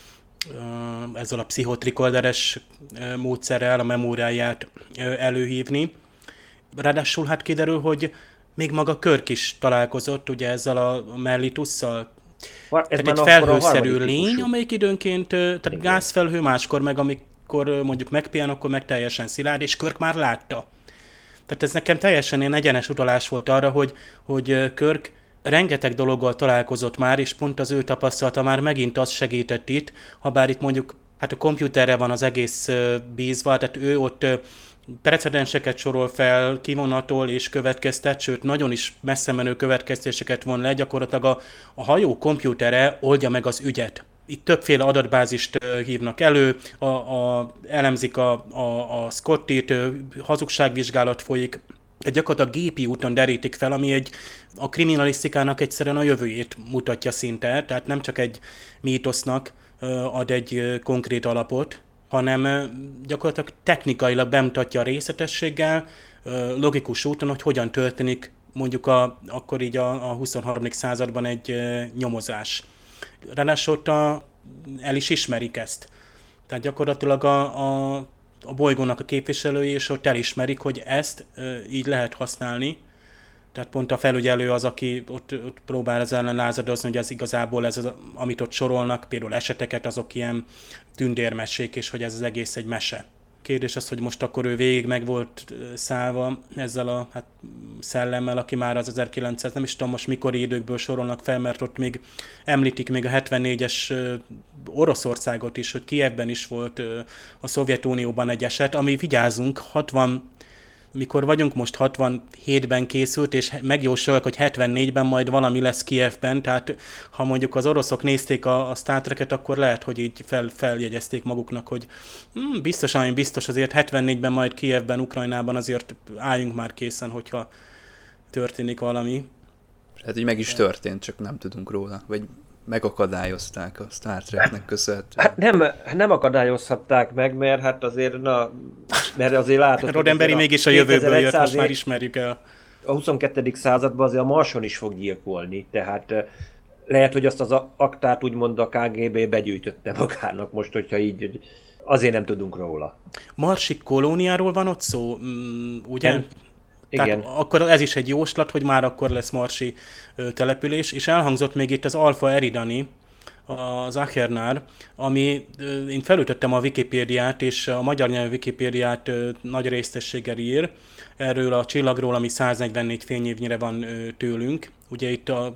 ezzel a pszichotrikolderes módszerrel a memóriáját előhívni. Ráadásul hát kiderül, hogy még maga Kirk is találkozott ugye ezzel a Mellitusszal. Ez Tehát már egy akkor a felhőszerű harmadik lény, típusú. amelyik időnként, tehát gázfelhő, máskor meg amikor mondjuk megpihen, akkor meg teljesen szilárd, és Kirk már látta. Tehát ez nekem teljesen ilyen egyenes utalás volt arra, hogy Kirk rengeteg dologgal találkozott már, és pont az ő tapasztalata már megint azt segített itt, habár itt mondjuk hát a komputerre van az egész bízva, tehát ő ott precedenseket sorol fel, kivonatol és következtet, sőt nagyon is messze menő következtéseket von le, gyakorlatilag a hajó komputere oldja meg az ügyet. Itt többféle adatbázist hívnak elő, elemzik a Scottit, hazugságvizsgálat folyik, gyakorlatilag gépi úton derítik fel, ami a kriminalisztikának egyszerűen a jövőjét mutatja szinte, tehát nem csak egy mítosznak ad egy konkrét alapot, hanem gyakorlatilag technikailag bemutatja a részletességgel, logikus úton, hogy hogyan történik mondjuk akkor így a 23. században egy nyomozás. Ráadásul el is ismerik ezt. Tehát gyakorlatilag a bolygónak a képviselői is ott elismerik, hogy ezt így lehet használni. Tehát pont a felügyelő az, aki ott próbál az ellen lázadozni, hogy ez igazából amit ott sorolnak, például eseteket, azok ilyen tündérmesék, és hogy ez az egész egy mese. Kérdés az, hogy most akkor ő végig meg volt szállva ezzel a szellemmel, aki már az 1900, nem is tudom most mikori időkből sorolnak fel, mert ott még említik még a 74-es Oroszországot is, hogy Kijevben is volt a Szovjetunióban egy eset, ami vigyázunk, mikor vagyunk most 67-ben készült, és megjósolják, hogy 74-ben majd valami lesz Kijevben, tehát ha mondjuk az oroszok nézték a Star Trek-et, akkor lehet, hogy így feljegyezték maguknak, hogy biztos azért 74-ben majd Kijevben, Ukrajnában azért álljunk már készen, hogyha történik valami. Hát így meg is történt, csak nem tudunk róla, vagy megakadályozták a Star Treknek köszönhetően. Hát nem akadályozhatták meg, mert hát azért, mert azért látod... Roddenberry mégis a jövőből jött, most már ismerjük el. A 22. században azért a Marson is fog gyilkolni, tehát lehet, hogy azt az aktát úgymond a KGB begyűjtötte magának most, hogyha így azért nem tudunk róla. Marsi kolóniáról van ott szó, ugye? Nem. Igen. Tehát akkor ez is egy jóslat, hogy már akkor lesz marsi település, és elhangzott még itt az Alpha Eridani, az Ahernár, ami én felütöttem a Wikipédiát, és a magyar nyelvű Wikipédiát nagy részességgel ír, erről a csillagról, ami 144 fényévnyire van tőlünk. Ugye itt a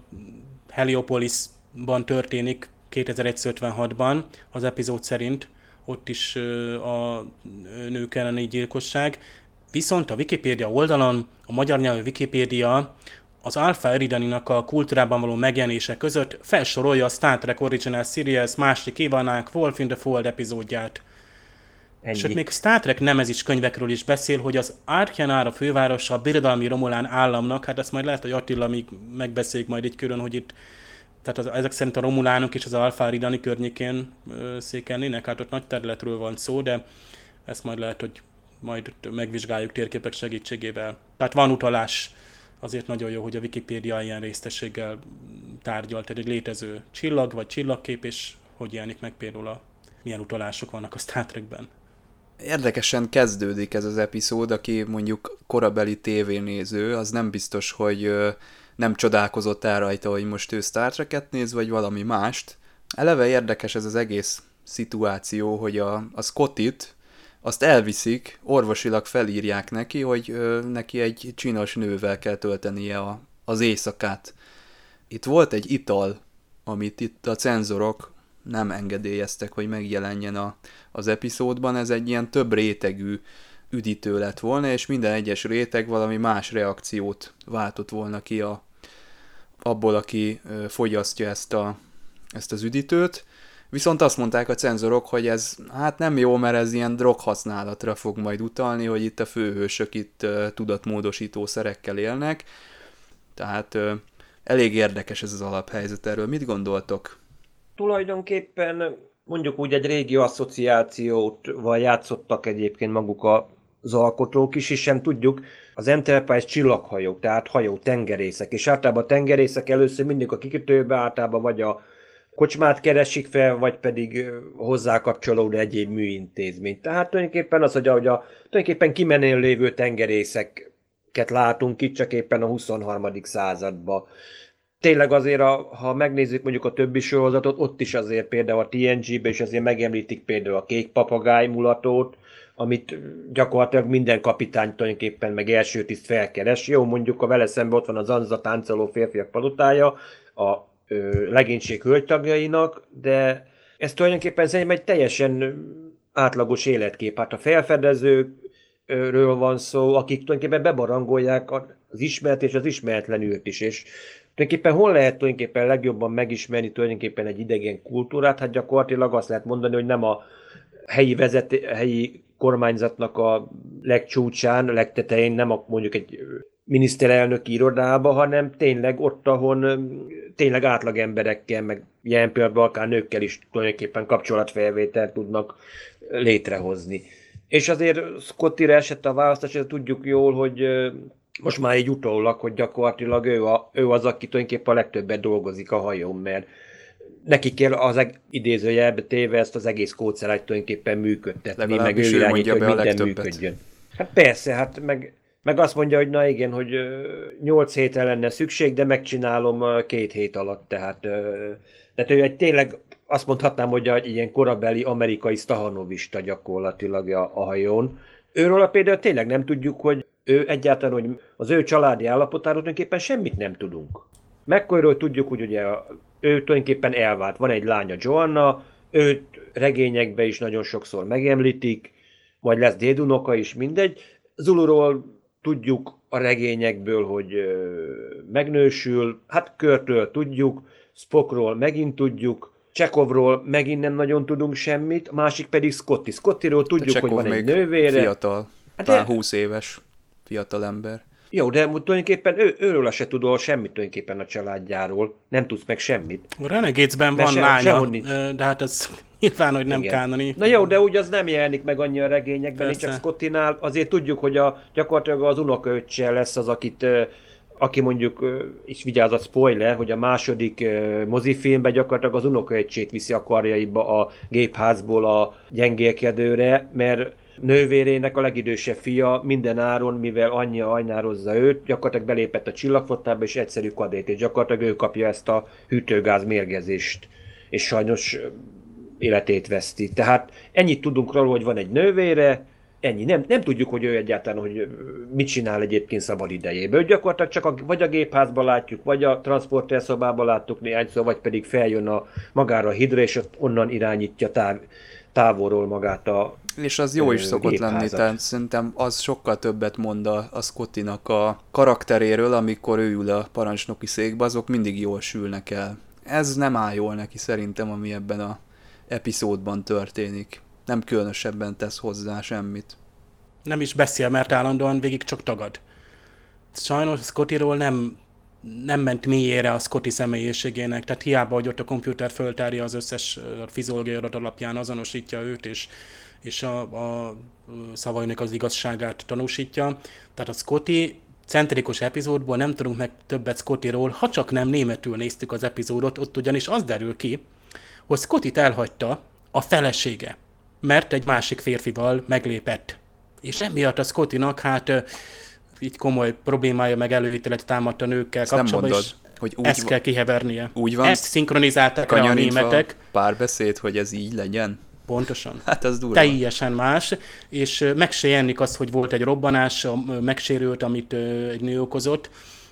Heliopolisban történik 2156-ban az epizód szerint, ott is a nők elleni gyilkosság. Viszont a Wikipédia oldalon, a magyar nyelvű Wikipédia az Alpha Eridaninak a kultúrában való megjelenése között felsorolja a Star Trek Original Series második évadának Wolf in the Fold epizódját. Ennyi. Sőt, még Star Trek nemezis könyvekről is beszél, hogy az Archenár a fővárosa a birodalmi Romulán államnak, hát ezt majd lehet, hogy Attila még megbeszéljük majd így külön, hogy itt, tehát ezek szerint a Romulánok és az Alpha Eridani környékén székelnének, hát ott nagy területről van szó, de ezt majd lehet, hogy majd megvizsgáljuk térképek segítségével. Tehát van utalás, azért nagyon jó, hogy a Wikipédia ilyen részességgel tárgyal, tehát egy létező csillag vagy csillagkép, és hogy jelenik meg például milyen utalások vannak a Star Trekben. Érdekesen kezdődik ez az epizód, aki mondjuk korabeli tévénéző, az nem biztos, hogy nem csodálkozott el rajta, hogy most ő Star Trek-et néz, vagy valami mást. Eleve érdekes ez az egész szituáció, hogy a Scottit azt elviszik, orvosilag felírják neki, hogy neki egy csinos nővel kell töltenie az éjszakát. Itt volt egy ital, amit itt a cenzorok nem engedélyeztek, hogy megjelenjen az epizódban. Ez egy ilyen több rétegű üdítő lett volna, és minden egyes réteg valami más reakciót váltott volna ki abból, aki fogyasztja ezt az üdítőt. Viszont azt mondták a cenzorok, hogy ez hát nem jó, mert ez ilyen droghasználatra fog majd utalni, hogy itt a főhősök itt tudatmódosító szerekkel élnek. Tehát elég érdekes ez az alaphelyzet. Erről mit gondoltok? Tulajdonképpen mondjuk úgy egy régi asszociációval játszottak egyébként maguk az alkotók is, és sem tudjuk, az Enterprise csillaghajók, tehát hajó tengerészek, és általában a tengerészek először mindig a kikötőbe, általában vagy a kocsmát keresik fel, vagy pedig hozzá kapcsolódó egyéb műintézményt. Tehát tulajdonképpen az, hogy tulajdonképpen kimenő lévő tengerészek embereket látunk itt, csak éppen a 23. században. Tényleg azért, ha megnézzük mondjuk a többi sorozatot, ott is azért például a TNG-ben is azért megemlítik például a kék papagáj mulatót, amit gyakorlatilag minden kapitány tulajdonképpen meg első tiszt felkeres. Jó, mondjuk a vele szemben ott van az Anza táncoló férfiak palotája a legénység hölgytagjainak, de ez tulajdonképpen szerintem egy teljesen átlagos életkép. Hát a felfedezőkről van szó, akik tulajdonképpen bebarangolják az ismert és az ismeretlen űrt is, és tulajdonképpen hol lehet tulajdonképpen legjobban megismerni tulajdonképpen egy idegen kultúrát? Hát gyakorlatilag azt lehet mondani, hogy nem a helyi kormányzatnak a legcsúcsán, legtetején, nem mondjuk egy miniszterelnök irodába, hanem tényleg ott, ahol tényleg átlag emberekkel, meg ilyen pillanatban akár nőkkel is tulajdonképpen kapcsolatfelvételt tudnak létrehozni. És azért Scottyra esett a választás, tudjuk jól, hogy most már így utólag, hogy gyakorlatilag ő az, aki tulajdonképpen a legtöbbet dolgozik a hajón, mert neki kell az idézőjelbe téve ezt az egész kódszerát tulajdonképpen működtetni, meg ő irányítja, hogy minden működjön. Hát persze, hát meg azt mondja, hogy na igen, hogy 8 hétre lenne szükség, de megcsinálom 2 hét alatt, tehát ő egy tényleg azt mondhatnám, hogy egy ilyen korabeli amerikai stahanovista gyakorlatilag a hajón. Őről például tényleg nem tudjuk, hogy ő egyáltalán, hogy az ő családi állapotáról tulajdonképpen semmit nem tudunk. McCoyról tudjuk, hogy ugye ő tulajdonképpen elvált. Van egy lánya, Joanna, őt regényekben is nagyon sokszor megemlítik, vagy lesz dédunoka is, mindegy. Zuluról tudjuk a regényekből, hogy megnősül, hát Kirkről tudjuk, Spockról megint tudjuk, Chekhovról megint nem nagyon tudunk semmit, a másik pedig Scotty. Scottyról tudjuk, hogy van egy nővére. Fiatal, hát talán 20 éves fiatal ember. Jó, de tulajdonképpen őről se tudol semmit tulajdonképpen a családjáról. Nem tudsz meg semmit. A Renegades-ben van lánya, de hát ez nyilván, hogy nem kánoni. Na jó, de úgy az nem jelenik meg annyi a regényekben, és csak Scottynál azért tudjuk, hogy gyakorlatilag az unokaöccse lesz az, aki mondjuk, és vigyázat, spoiler, hogy a második mozifilmben gyakorlatilag az unokaöccsét viszi a karjaiba a gépházból a gyengélkedőre, mert nővérének a legidősebb fia minden áron, mivel anyja ajnározza őt, gyakorlatilag belépett a csillagflottába, és egyszerű kadét, és gyakorlatilag ő kapja ezt a hűtőgáz mérgezést, és sajnos életét veszti. Tehát ennyit tudunk róla, hogy van egy nővére, ennyi. Nem tudjuk, hogy ő egyáltalán, hogy mit csinál egyébként szabad idejében. Ő gyakorlatilag csak vagy a gépházban látjuk, vagy a transporter szobában láttuk néhányszor, vagy pedig feljön magára a hidra, és onnan irányítja távolról magát a és az jó is szokott lenni, tehát szerintem az sokkal többet mond a Scottynak a karakteréről, amikor ő ül a parancsnoki székbe, azok mindig jól sülnek el. Ez nem áll jól neki szerintem, ami ebben a epizódban történik. Nem különösebben tesz hozzá semmit. Nem is beszél, mert állandóan végig csak tagad. Sajnos Scottyról nem ment mélyére a Scotty személyiségének, tehát hiába, hogy ott a komputer föltárja az összes fiziológiai adat alapján, azonosítja őt, és a szavainak az igazságát tanúsítja. Tehát a Scotty centrikus epizódból nem tudunk meg többet Scottyról, ha csak nem németül néztük az epizódot, ott ugyanis az derül ki, hogy Scottyt elhagyta a felesége, mert egy másik férfival meglépett. És emiatt a Scottynak így komoly problémája meg előítélet támadt a nőkkel kapcsolatban, és hogy ezt kell kihevernie. Úgy van, ezt szinkronizálták le a németek. Párbeszéd, hogy ez így legyen? Pontosan. Hát az durva. Teljesen más, és meg se jelenlik az, hogy volt egy robbanás, megsérült, amit egy nő okozott,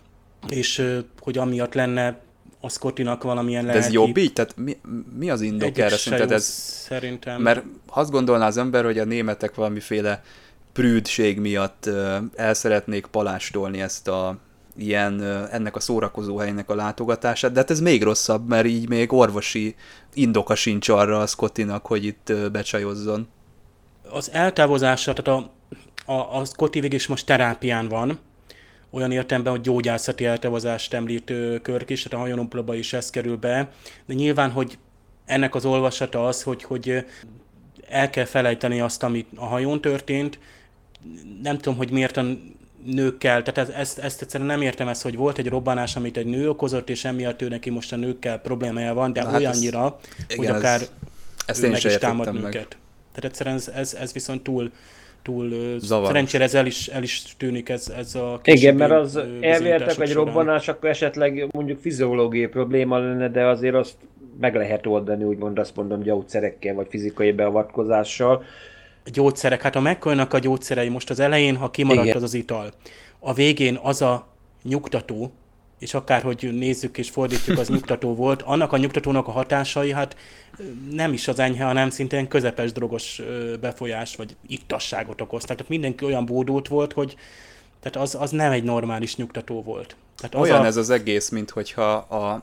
és hogy amiatt lenne a Scottynak valamilyen lelki... De ez jobb így? Tehát mi az indok erre? Szerintem. Mert azt gondolná az ember, hogy a németek valamiféle prűdség miatt el szeretnék palástolni ezt ennek a szórakozó helynek a látogatását, de hát ez még rosszabb, mert így még orvosi indoka sincs arra a Scottynak, hogy itt becsajozzon. Az eltávozása, tehát a Scotty végig is most terápián van, olyan értelemben, hogy gyógyászati eltávozást említ Kirk is, tehát a hajónomploba is ez kerül be, de nyilván, hogy ennek az olvasata az, hogy el kell felejteni azt, amit a hajón történt. Nem tudom, hogy miért a nőkkel, tehát ezt egyszerűen nem értem ezt, hogy volt egy robbanás, amit egy nő okozott, és emiatt ő neki most a nőkkel problémája van, de olyannyira, hogy akár ezt ő meg is támad nőket. Tehát egyszerűen ez viszont túl túl Zavaros. szerencsére ez el is tűnik ez a Igen, mert az bizonyítások elvértek egy során. robbanás, akkor esetleg mondjuk fiziológiai probléma lenne, de azért azt meg lehet oldani, úgymond azt mondom, gyógyszerekkel vagy fizikai beavatkozással. A gyógyszerek, hát a McCoy-nak a gyógyszerei most az elején, ha kimaradt Igen. az ital, a végén az a nyugtató, és akárhogy nézzük és fordítjuk, az nyugtató volt, annak a nyugtatónak a hatásai, hát nem is az enyhe, hanem szintén közepes drogos befolyás, vagy ittasságot okoztak. Tehát mindenki olyan bódult volt, hogy tehát az nem egy normális nyugtató volt. Tehát Olyan ez az egész, mint hogyha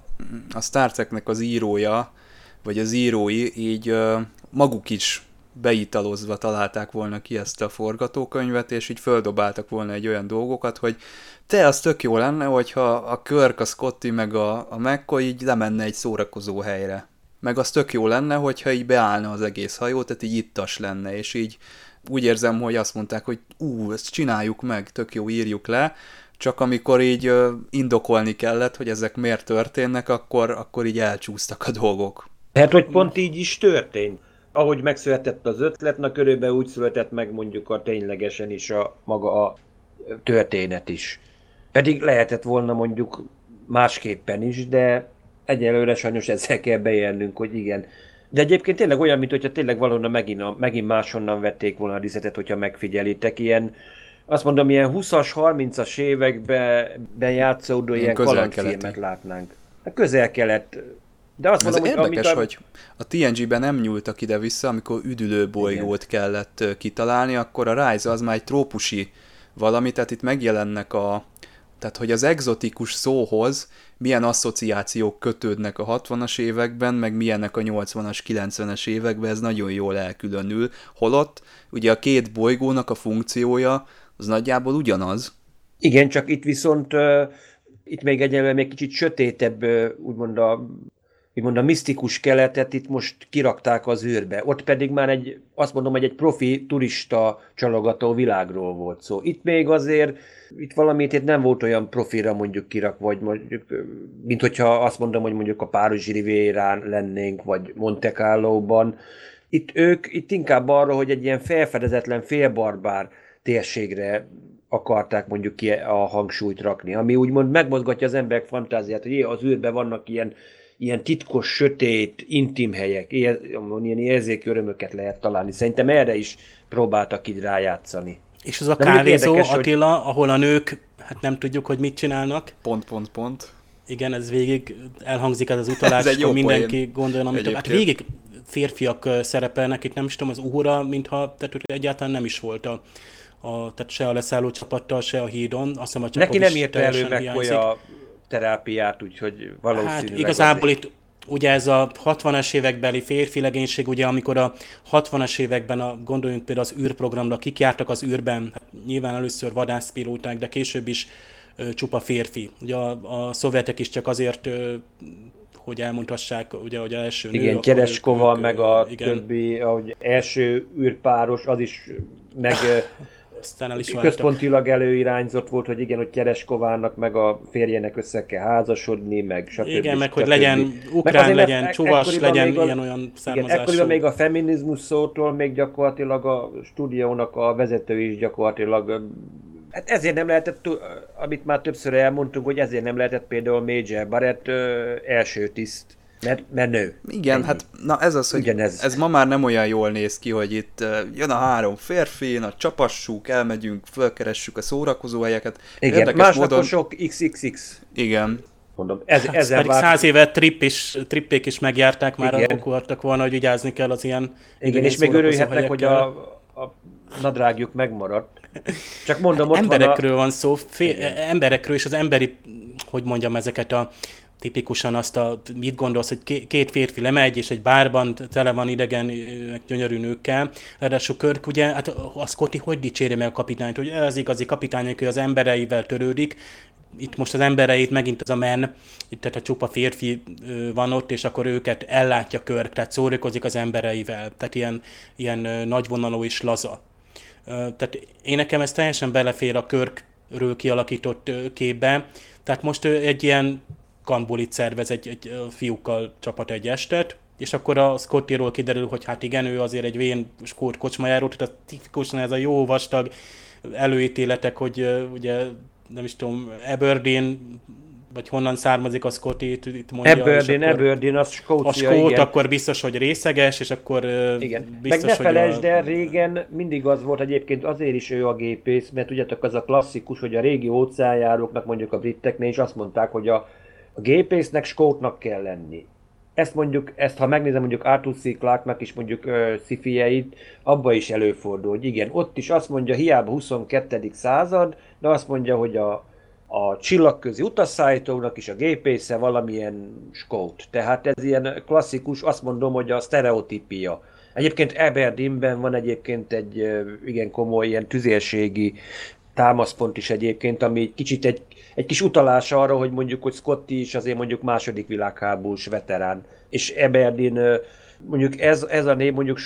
a Star Treknek az írója, vagy az írói így maguk is beitalozva találták volna ki ezt a forgatókönyvet, és így földobáltak volna egy olyan dolgokat, hogy az tök jó lenne, hogyha a Kirk, a Scotty meg a McCoy így lemenne egy szórakozó helyre. Meg az tök jó lenne, hogyha így beállna az egész hajó, tehát így ittas lenne, és így úgy érzem, hogy azt mondták, hogy ezt csináljuk meg, tök jó, írjuk le, csak amikor így indokolni kellett, hogy ezek miért történnek, akkor így elcsúsztak a dolgok. Hát, hogy pont így is történt. Ahogy megszületett az ötlet, na körülbelül úgy született meg mondjuk a ténylegesen is maga a történet is. Pedig lehetett volna mondjuk másképpen is, de egyelőre sajnos ezzel kell bejelnünk, hogy igen. De egyébként tényleg olyan, mintha tényleg valahonnan megint máshonnan vették volna a díszetet, hogyha megfigyelitek. Ilyen, azt mondom, ilyen 20-as, 30-as években játszódó ilyen kalandfilmet látnánk. A közel-kelet. De azt mondom, hogy érdekes, hogy a TNG-ben nem nyúltak ide-vissza, amikor üdülőbolygót kellett kitalálni, akkor a Rise az már egy trópusi valami, tehát itt megjelennek tehát hogy az egzotikus szóhoz milyen asszociációk kötődnek a 60-as években, meg milyenek a 80-as, 90-es években, ez nagyon jól elkülönül. Holott ugye a két bolygónak a funkciója az nagyjából ugyanaz. Igen, csak itt viszont itt még egyelőre még kicsit sötétebb, úgymond a misztikus keletet itt most kirakták az űrbe. Ott pedig már azt mondom, hogy egy profi turista csalogató világról volt szó. Itt még azért, itt valamit itt nem volt olyan profira mondjuk kirak, vagy mondjuk, mint hogyha azt mondom, hogy mondjuk a Párizsi Rivierán lennénk, vagy Monte Carlo-ban. Itt inkább arra, hogy egy ilyen felfedezetlen, félbarbár térségre akarták mondjuk ki a hangsúlyt rakni, ami úgymond megmozgatja az emberek fantáziát, hogy az űrben vannak ilyen titkos, sötét, intim helyek, ilyen érzékű örömöket lehet találni. Szerintem erre is próbáltak így rájátszani. És az a kávézó, Attila, ahol a nők, hát nem tudjuk, hogy mit csinálnak. Pont. Igen, ez végig elhangzik ez az utalás, hogy mindenki gondoljon, amit hát végig férfiak szerepelnek, itt nem is tudom, az Uhura, mintha tehát egyáltalán nem is volt tehát se a leszálló csapattal, se a hídon. Azt hiszem, a neki nem írta elő meg a terápiát, úgyhogy valószínűleg... Hát igazából itt ugye ez a 60-as évekbeli férfi legénység, ugye amikor a 60-as években, gondoljunk például az űrprogramra, kik jártak az űrben, hát nyilván először vadászpilóták, de később is csupa férfi. Ugye a szovjetek is csak azért, hogy elmondhassák, ugye, hogy az első nő... Igen, Tereskova, meg a többi, ahogy első űrpáros, az is meg... központilag előirányzott volt, hogy igen, hogy Tereskovának meg a férjének össze kell házasodni, meg stb. Igen, meg hogy legyen ukrán, legyen csuvas, legyen ilyen-olyan származású. Igen, ekkoriban még a feminizmus szótól még gyakorlatilag a stúdiónak a vezető is gyakorlatilag, hát ezért nem lehetett, amit már többször elmondtunk, hogy ezért nem lehetett például Major Barrett első tiszt. Mert nő. Igen, ennyi. Hát na ez az, hogy ez ma már nem olyan jól néz ki, hogy itt jön a 3 férfi, na csapassuk, elmegyünk, fölkeressük a szórakozó helyeket. Igen, másnaposok XXX. Igen. Mondom, ezzel pedig 100 éve trippék is megjárták, már akartak volna, hogy vigyázni kell az ilyen... Igen, és még örülhetnek, hogy a nadrágjuk megmaradt. Csak mondom, ott emberekről van szó, emberekről, és az emberi, hogy mondjam, ezeket a tipikusan mit gondolsz, hogy két férfi lemegy, és egy bárban tele van idegen, gyönyörű nőkkel. Ráadásul Kirk, ugye, hát a Scotty hogy dicséri meg a kapitányt, hogy az igazi kapitány, hogy az embereivel törődik. Itt most az embereit megint az a men, itt tehát a csupa férfi van ott, és akkor őket ellátja Kirk, tehát szórakozik az embereivel. Tehát ilyen nagyvonalú és laza. Tehát én nekem ez teljesen belefér a Kirkről kialakított képbe. Tehát most egy ilyen kambulit szervez, egy fiúkkal csapat egy estet, és akkor a Scottyról kiderül, hogy hát igen, ő azért egy vén skót kocsmajáró, tehát tipikusan ez a jó vastag előítéletek, hogy ugye nem is tudom, Aberdeen, vagy honnan származik a Scotty, itt mondja. Aberdeen, az Skócia, a skót, igen. akkor biztos, hogy részeges, és akkor Igen. biztos, meg ne felejtsd el, hogy régen mindig az volt egyébként, azért is ő a gépész, mert tudjátok, az a klasszikus, hogy a régi óceánjáróknak, mondjuk a briteknél is azt mondták, hogy a gépésznek skótnak kell lenni. Ezt ha megnézem mondjuk Arthur C. Clarke-nak is mondjuk sci-fieit, abba is előfordul, hogy igen, ott is azt mondja, hiába 22. század, de azt mondja, hogy a csillagközi utasszállítónak is a gépésze valamilyen skót. Tehát ez ilyen klasszikus, azt mondom, hogy a sztereotípia. Egyébként Aberdeenben van egyébként egy igen komoly ilyen tüzérségi támaszpont is egyébként, ami kicsit egy kis utalás arra, hogy mondjuk, hogy Scotty is azért mondjuk második világháborús veterán, és Aberdeen, mondjuk ez a név mondjuk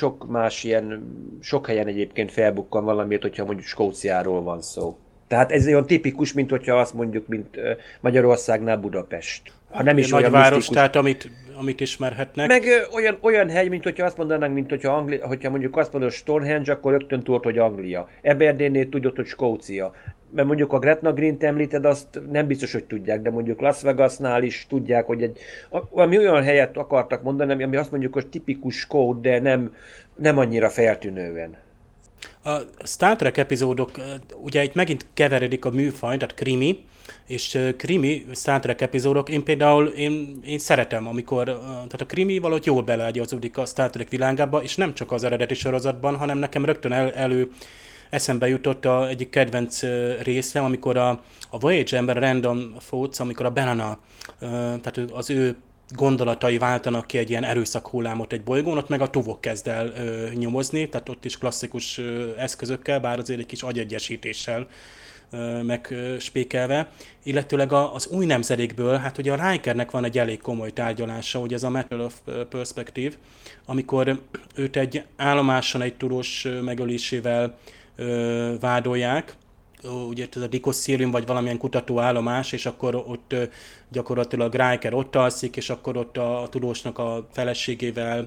sok helyen egyébként felbukkan valamiért, hogyha mondjuk Skóciáról van szó. Tehát ez olyan tipikus, mint hogyha azt mondjuk, mint Magyarországnál Budapest. Ha nem is olyan nagyváros, misztikus. tehát amit ismerhetnek. Meg olyan hegy, mint hogyha azt mondanánk, mint hogyha mondjuk azt mondod Stonehenge, akkor rögtön tudod, hogy Anglia. Aberdeennél tudod, hogy Skócia. Mert mondjuk a Gretna Green-t említed, azt nem biztos, hogy tudják, de mondjuk Las Vegasnál is tudják, hogy valami olyan helyet akartak mondani, ami azt mondjuk, hogy tipikus skót, de nem annyira feltűnően. A Star Trek epizódok, ugye itt megint keveredik a műfaj, tehát krimi, és krimi Star Trek epizódok, én például én szeretem, amikor tehát a krimi valahogy jól beleágyazódik a Star Trek világába, és nem csak az eredeti sorozatban, hanem nekem rögtön eszembe jutott egyik kedvenc részem, amikor a Voyager-ben Random Thoughts, amikor a B'Elanna, tehát az ő gondolatai váltanak ki egy ilyen erőszakhullámot egy bolygón, ott meg a Tuvok kezd el nyomozni, tehát ott is klasszikus eszközökkel, bár azért egy kis agyegyesítéssel megspékelve, illetőleg az új nemzedékből, hát ugye a Rikernek van egy elég komoly tárgyalása, ugye ez a Matter of Perspective, amikor őt egy állomáson egy tudós megölésével vádolják, ugye ez a Dikoszírium vagy valamilyen kutatóállomás, és akkor ott gyakorlatilag Riker ott alszik, és akkor ott a tudósnak a feleségével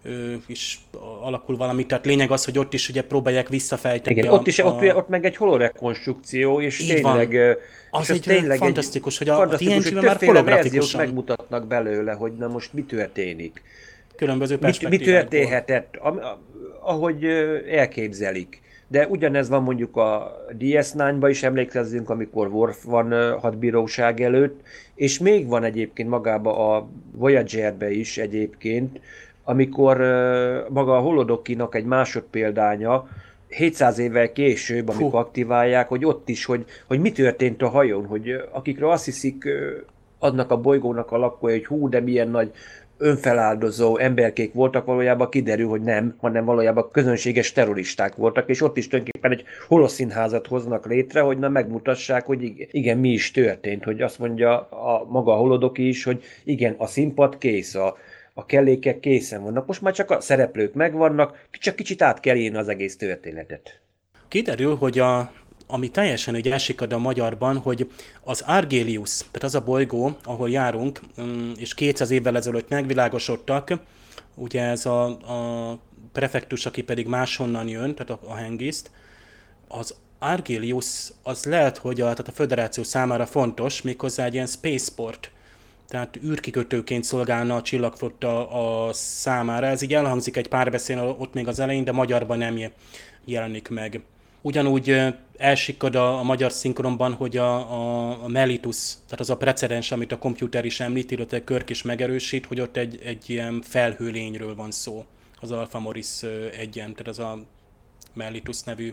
is alakul valami. Tehát lényeg az, hogy ott is ugye próbálják visszafejteni. Igen, ott meg egy holorekonstrukció, és tényleg... Az és egy tényleg fantasztikus, hogy a TNG-ben már többféle verziót holografikusan megmutatnak belőle, hogy na most mi történik. különböző Mi perspektívákból. történhetett, ahogy elképzelik. De ugyanez van mondjuk a DS9-ban is, emlékezzünk, amikor Worf van hadbíróság előtt, és még van egyébként magában a Voyager-be is egyébként, amikor maga a Holodokinak egy másodpéldánya, 700 évvel később, amikor aktiválják, hogy ott is, hogy mi történt a hajón, hogy akikről azt hiszik adnak a bolygónak a lakói, hogy hú, de milyen nagy önfeláldozó emberkék voltak, valójában kiderül, hogy nem, hanem valójában közönséges terroristák voltak, és ott is tulajdonképpen egy holoszínházat hoznak létre, hogy na megmutassák, hogy igen, mi is történt, hogy azt mondja maga a holodoki is, hogy igen, a színpad kész, a kellékek készen vannak, most már csak a szereplők megvannak, csak kicsit át kell írni az egész történetet. Kiderül, hogy ami teljesen így elsikad a magyarban, hogy az Argelius, tehát az a bolygó, ahol járunk, és 200 évvel ezelőtt megvilágosodtak, ugye ez a prefektus, aki pedig máshonnan jön, tehát a Hengist, az Argelius az lehet, hogy tehát a föderáció számára fontos, méghozzá egy ilyen spaceport, tehát űrkikötőként szolgálna a csillagflotta a számára. Ez így elhangzik egy párbeszéd ott még az elején, de magyarban nem jelenik meg. Ugyanúgy elsikkad a magyar szinkronban, hogy a Melitus, tehát az a precedens, amit a komputer is említ, illetve Kirk is megerősít, hogy ott egy ilyen felhőlényről van szó, az Alpha Moris egyen, tehát az a Melitus nevű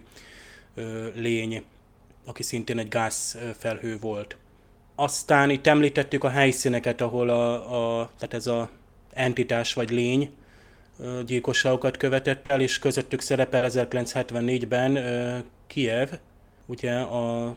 lény, aki szintén egy gázfelhő volt. Aztán itt említettük a helyszíneket, ahol tehát ez a entitás vagy lény gyilkosságokat követett el, és közöttük szerepel 1974-ben Kiev, ugye a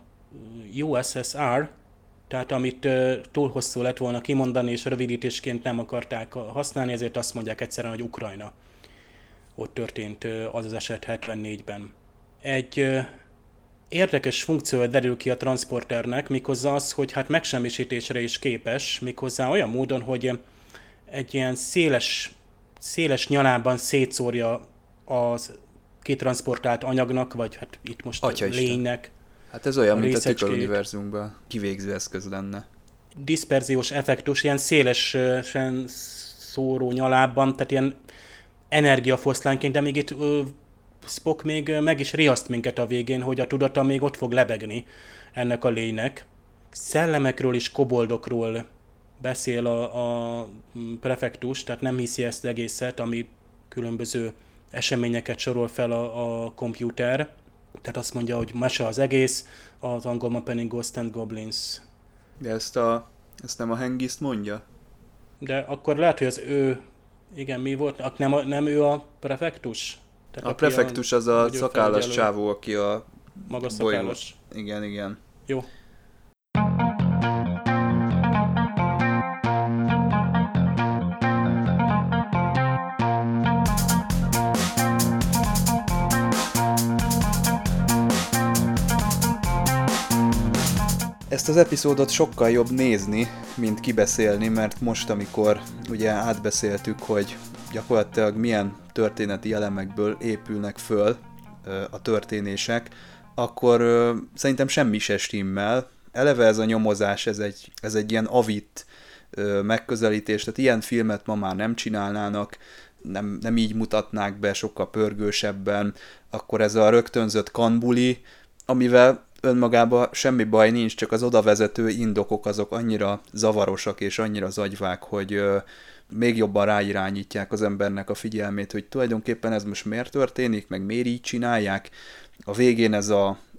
USSR, tehát amit túl hosszú lett volna kimondani, és rövidítésként nem akarták használni, ezért azt mondják egyszerűen, hogy Ukrajna. Ott történt az eset 74-ben. Egy érdekes funkció derül ki a transporternek, méghozzá az, hogy hát megsemmisítésre is képes, méghozzá olyan módon, hogy egy ilyen széles széles nyalában szétszórja az kitranszportált anyagnak, vagy hát itt most Atyaisten. lénynek. Hát ez olyan, mint a részecskét. Tükör univerzumban kivégző eszköz lenne. Diszperziós effektus, ilyen szélesen szóró nyalában, tehát ilyen energiafoszlánként, de még itt Spock még meg is riaszt minket a végén, hogy a tudata még ott fog lebegni ennek a lénynek. Szellemekről és koboldokról beszél a prefektus, tehát nem hiszi ezt az egészet, ami különböző eseményeket sorol fel a komputer. Tehát azt mondja, hogy mese az egész, az angolban pedig Ghost and Goblins. De ezt nem a Hengist mondja? De akkor lehet, hogy az ő... Igen, mi volt? Nem ő a prefektus? Tehát A prefektus az a szakállas csávó, aki a... Maga szakállas. Igen. Jó. Ezt az epizódot sokkal jobb nézni, mint kibeszélni, mert most, amikor ugye átbeszéltük, hogy gyakorlatilag milyen történeti elemekből épülnek föl a történések, akkor szerintem semmi se stimmel. Eleve ez a nyomozás, ez egy ilyen avitt megközelítés, tehát ilyen filmet ma már nem csinálnának, nem így mutatnák be, sokkal pörgősebben, akkor ez a rögtönzött kanbuli, amivel önmagában semmi baj nincs, csak az odavezető indokok azok annyira zavarosak és annyira zagyvák, hogy még jobban ráirányítják az embernek a figyelmét, hogy tulajdonképpen ez most miért történik, meg miért így csinálják. A végén ez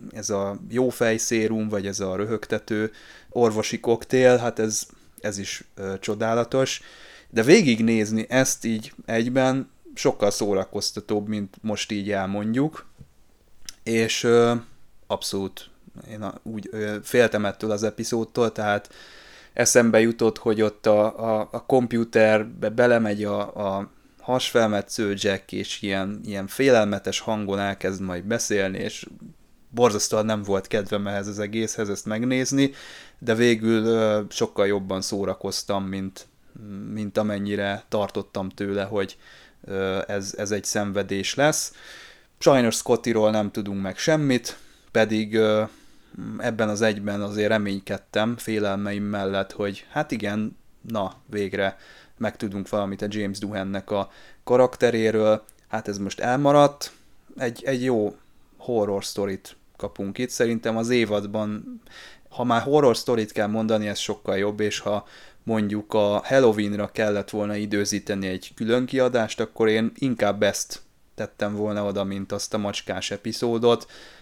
a jó fejszérum, vagy ez a röhögtető orvosi koktél, hát ez is csodálatos. De végignézni ezt így egyben sokkal szórakoztatóbb, mint most így elmondjuk. És abszolút én úgy féltem ettől az epizódtól, tehát eszembe jutott, hogy ott a komputerbe belemegy a hasfelmetsző Jack, és ilyen félelmetes hangon elkezd majd beszélni, és borzasztóan nem volt kedvem ehhez az egészhez ezt megnézni, de végül sokkal jobban szórakoztam, mint amennyire tartottam tőle, hogy ez egy szenvedés lesz. Sajnos Scottyról nem tudunk meg semmit, pedig ebben az egyben azért reménykedtem félelmeim mellett, hogy hát igen, na, végre megtudunk valamit a James Doohannek a karakteréről, hát ez most elmaradt, egy jó horror sztorit kapunk itt, szerintem az évadban, ha már horror sztorit kell mondani, ez sokkal jobb, és ha mondjuk a Halloweenra kellett volna időzíteni egy külön kiadást, akkor én inkább ezt tettem volna oda, mint azt a macskás epizódot,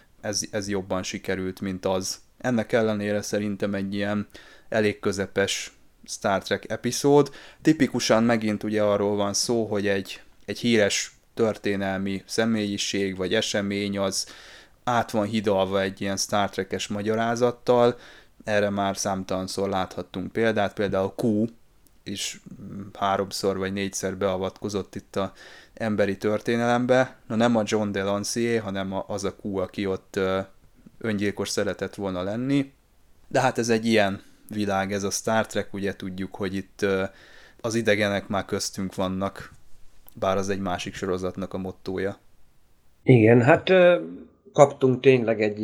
ez jobban sikerült, mint az. Ennek ellenére szerintem egy ilyen elég közepes Star Trek epizód. Tipikusan megint ugye arról van szó, hogy egy híres történelmi személyiség vagy esemény az át van hidalva egy ilyen Star Trek-es magyarázattal. Erre már számtalanszor láthattunk példát, például Q is 3-szor vagy 4-szer beavatkozott itt a emberi történelembe. Na nem a John Delancey, hanem az a Q, aki ott öngyilkos szeretett volna lenni. De hát ez egy ilyen világ, ez a Star Trek, ugye tudjuk, hogy itt az idegenek már köztünk vannak, bár az egy másik sorozatnak a mottója. Igen, hát kaptunk tényleg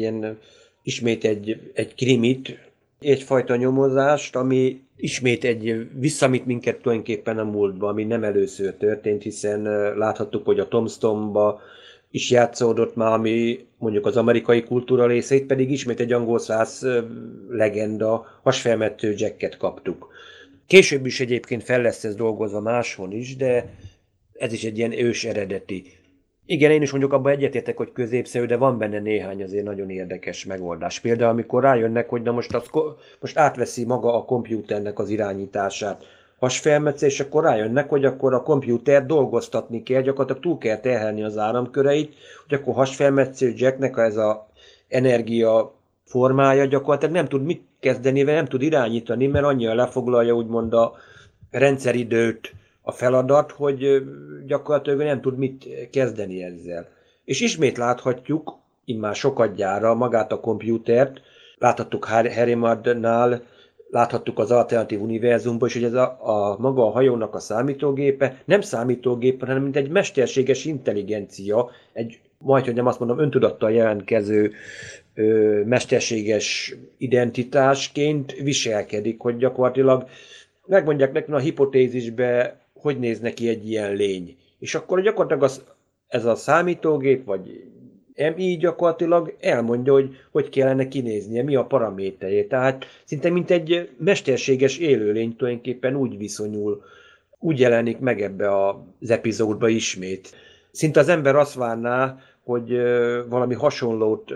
ismét egy krimit, egyfajta nyomozást, ami ismét visszamit minket tulajdonképpen a múltba, ami nem először történt, hiszen láthattuk, hogy a Tombstone-ba is játszódott már, ami mondjuk az amerikai kultúra részét, pedig ismét egy angol száz legenda, hasfelmető Jacket kaptuk. Később is egyébként fel lesz ez dolgozva máshol is, de ez is egy ilyen ős eredeti. Igen, én is mondjuk abban egyetértek, hogy középszerű, de van benne néhány azért nagyon érdekes megoldás. Például, amikor rájönnek, hogy na most átveszi maga a kompjúternek az irányítását hasfelmetszés, és akkor rájönnek, hogy akkor a kompjúter dolgoztatni kell, gyakorlatilag túl kell terhelni az áramköreit, hogy akkor hasfelmetsző Jacknek ez a energia formája gyakorlatilag nem tud mit kezdeni, nem tud irányítani, mert annyira lefoglalja úgymond a rendszeridőt, a feladat, hogy gyakorlatilag nem tud mit kezdeni ezzel. És ismét láthatjuk, immár sokadjára magát a kompjútert, láthattuk Harry Mudd-nál, láthattuk az alternatív univerzumban is, hogy ez a maga a hajónak a számítógépe nem számítógép, hanem mint egy mesterséges intelligencia, egy majdhogy nem azt mondom, öntudattal jelentkező mesterséges identitásként viselkedik, hogy gyakorlatilag megmondják nekünk a hipotézisbe, hogy néz neki egy ilyen lény. És akkor gyakorlatilag ez a számítógép, vagy MI gyakorlatilag elmondja, hogy kellene kinéznie, mi a paraméterje. Tehát szinte mint egy mesterséges élőlény tulajdonképpen úgy viszonyul, úgy jelenik meg ebbe az epizódba ismét. Szinte az ember azt várná, hogy valami hasonlót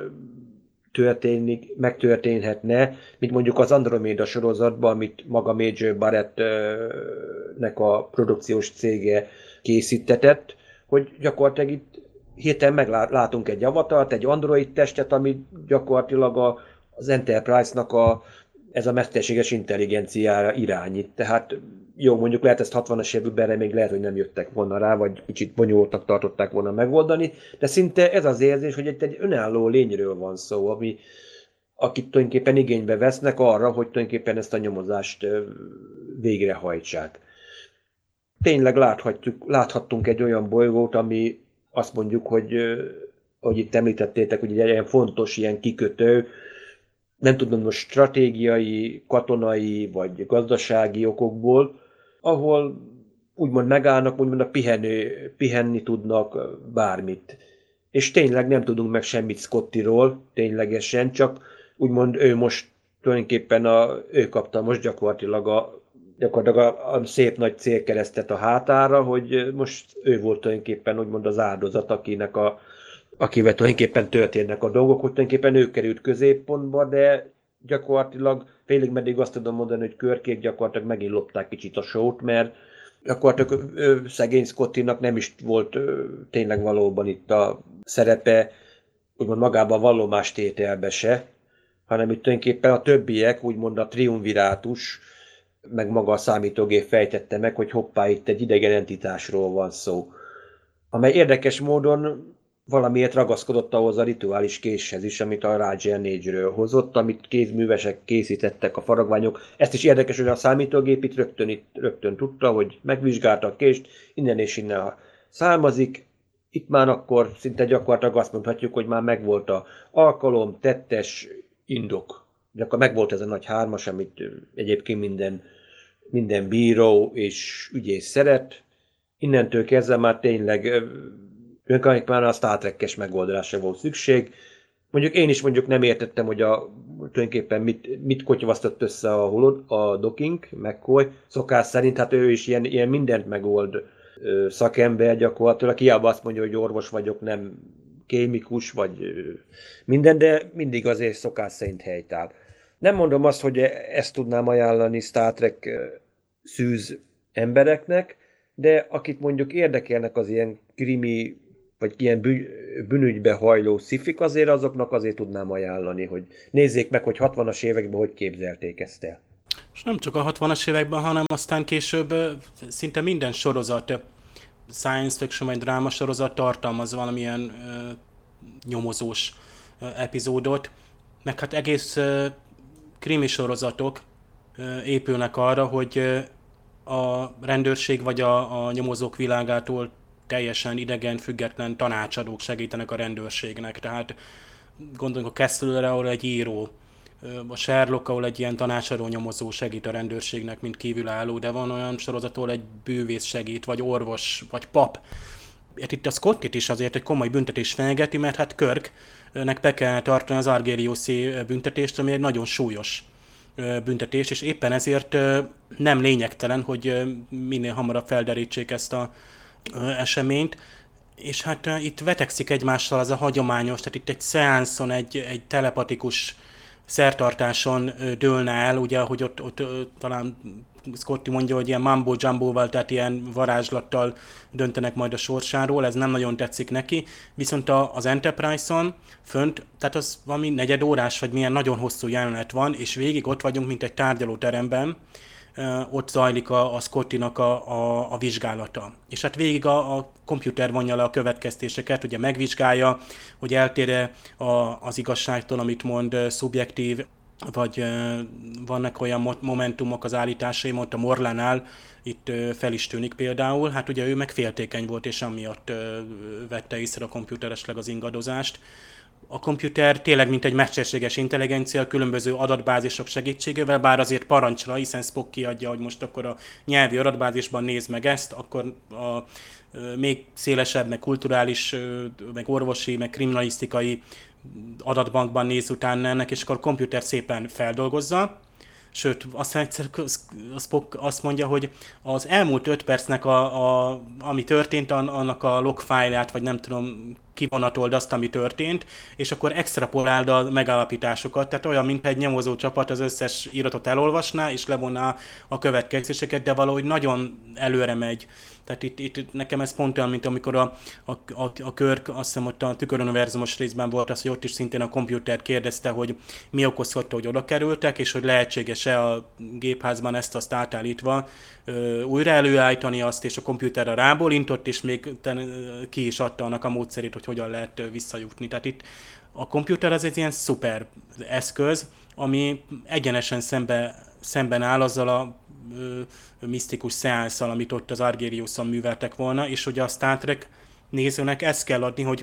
megtörténhetne, mint mondjuk az Andromeda sorozatban, amit maga Major Barrett-nek a produkciós cége készítetett, hogy gyakorlatilag itt hirtelen meglátunk egy avatart, egy android testet, ami gyakorlatilag az Enterprise-nak ez a mesterséges intelligenciára irányít. Tehát jó, mondjuk lehet ezt 60-as években még lehet, hogy nem jöttek volna rá, vagy kicsit bonyolultnak tartották volna megoldani, de szinte ez az érzés, hogy egy önálló lényről van szó, akit tulajdonképpen igénybe vesznek arra, hogy tulajdonképpen ezt a nyomozást végrehajtsák. Tényleg láthattunk egy olyan bolygót, ami azt mondjuk, hogy itt említettétek, hogy egy ilyen fontos, ilyen kikötő, nem tudom, most stratégiai, katonai vagy gazdasági okokból, ahol úgymond megállnak, úgymond pihenni tudnak bármit. És tényleg nem tudunk meg semmit Scottyról, ténylegesen, csak úgymond ő most tulajdonképpen ő kapta most gyakorlatilag a szép nagy célkeresztet a hátára, hogy most ő volt tulajdonképpen úgymond az áldozat, akivel tulajdonképpen történnek a dolgok, hogy tulajdonképpen ő került középpontba, de gyakorlatilag félig meddig azt tudom mondani, hogy Körkék gyakorlatilag megint lopták kicsit a sót, mert gyakorlatilag szegény Scottynak nem is volt tényleg valóban itt a szerepe, úgymond magában a vallomástételbe se, hanem itt tulajdonképpen a többiek, úgymond a triumvirátus, meg maga a számítógép fejtette meg, hogy hoppá, itt egy idegen entitásról van szó. Amely érdekes módon valamiért ragaszkodott ahhoz a rituális késhez is, amit a Ranger 4-ről hozott, amit kézművesek készítettek a faragványok. Ezt is érdekes, hogy a számítógép itt rögtön tudta, hogy megvizsgálta a kést, innen és innen származik. Itt már akkor szinte gyakorlatilag azt mondhatjuk, hogy már megvolt az alkalom, tettes, indok. Gyakorlatilag megvolt ez a nagy hármas, amit egyébként minden bíró és ügyész szeret. Innentől kezdve már tényleg már a Star Trek-es megoldásra volt szükség. Mondjuk én is nem értettem, hogy tulajdonképpen mit kotyvasztott össze a Docking, McCoy. Szokás szerint, hát ő is ilyen mindent megold szakember gyakorlatilag. Hiába azt mondja, hogy orvos vagyok, nem kémikus, vagy minden, de mindig azért szokás szerint helytáll. Nem mondom azt, hogy ezt tudnám ajánlani Star Trek szűz embereknek, de akit mondjuk érdekelnek az ilyen krimi, vagy ilyen bűnügybe hajló szifik, azoknak azért tudnám ajánlani, hogy nézzék meg, hogy 60-as években hogy képzelték ezt el. És nem csak a 60-as években, hanem aztán később szinte minden sorozat, science fiction vagy dráma sorozat tartalmaz valamilyen nyomozós epizódot, meg hát egész krimi sorozatok épülnek arra, hogy a rendőrség vagy a nyomozók világától teljesen idegen, független tanácsadók segítenek a rendőrségnek. Tehát gondoljunk a Castle-re, ahol egy író, a Sherlock, ahol egy ilyen tanácsadó nyomozó segít a rendőrségnek, mint kívülálló, de van olyan sorozat, ahol egy bűvész segít, vagy orvos, vagy pap. Hát itt a Scottit is azért egy komoly büntetés fenyegeti, mert hát Kirknek be kell tartani az Argeriuszi büntetést, ami egy nagyon súlyos büntetés, és éppen ezért nem lényegtelen, hogy minél hamarabb felderítsék ezt az eseményt, és hát itt vetekszik egymással az a hagyományos, tehát itt egy szeánszon, egy telepatikus szertartáson dőlne el, ugye, hogy ott talán Scotty mondja, hogy ilyen mambo-jumbo-val, tehát ilyen varázslattal döntenek majd a sorsáról, ez nem nagyon tetszik neki, viszont az Enterprise-on fönt, tehát az valami negyedórás, vagy milyen nagyon hosszú jelenet van, és végig ott vagyunk, mint egy tárgyalóteremben, ott zajlik a Scottynak a vizsgálata. És hát végig a komputer vonja le a következtéseket, ugye megvizsgálja, hogy eltér-e az igazságtól, amit mond, szubjektív vagy vannak olyan momentumok az állításaim, ott a Morlánál itt fel is tűnik például, hát ugye ő meg féltékeny volt, és amiatt vette észre a komputeresleg az ingadozást. A komputer tényleg mint egy mesterséges intelligencia, különböző adatbázisok segítségével, bár azért parancsra, hiszen Spock kiadja, hogy most akkor a nyelvi adatbázisban nézd meg ezt, akkor a még szélesebb, meg kulturális, meg orvosi, meg kriminalisztikai adatbankban néz utána ennek, és akkor a komputer szépen feldolgozza. Sőt, aztán egyszer a Spock azt mondja, hogy az elmúlt 5 percnek, ami történt, annak a logfájlát, vagy nem tudom, kivonatold azt, ami történt, és akkor extrapoláld a megállapításokat. Tehát olyan, mint egy nyomozó csapat az összes iratot elolvasná, és levonná a következéseket, de valahogy nagyon előre megy. Tehát itt nekem ez pont olyan, mint amikor a Kirk, azt hiszem ott a tüköruniverzumos részben volt az, hogy ott is szintén a komputert kérdezte, hogy mi okozhatta, hogy oda kerültek, és hogy lehetséges-e a gépházban ezt-azt átállítva újra előállítani azt, és a komputerre rábólintott, és még ki is adta annak a módszerét, hogy hogyan lehet visszajutni. Tehát itt a komputer az egy ilyen szuper eszköz, ami egyenesen szemben áll azzal a misztikus szeánszal, amit ott az Argeriuson műveltek volna, és ugye a Star Trek nézőnek ezt kell adni, hogy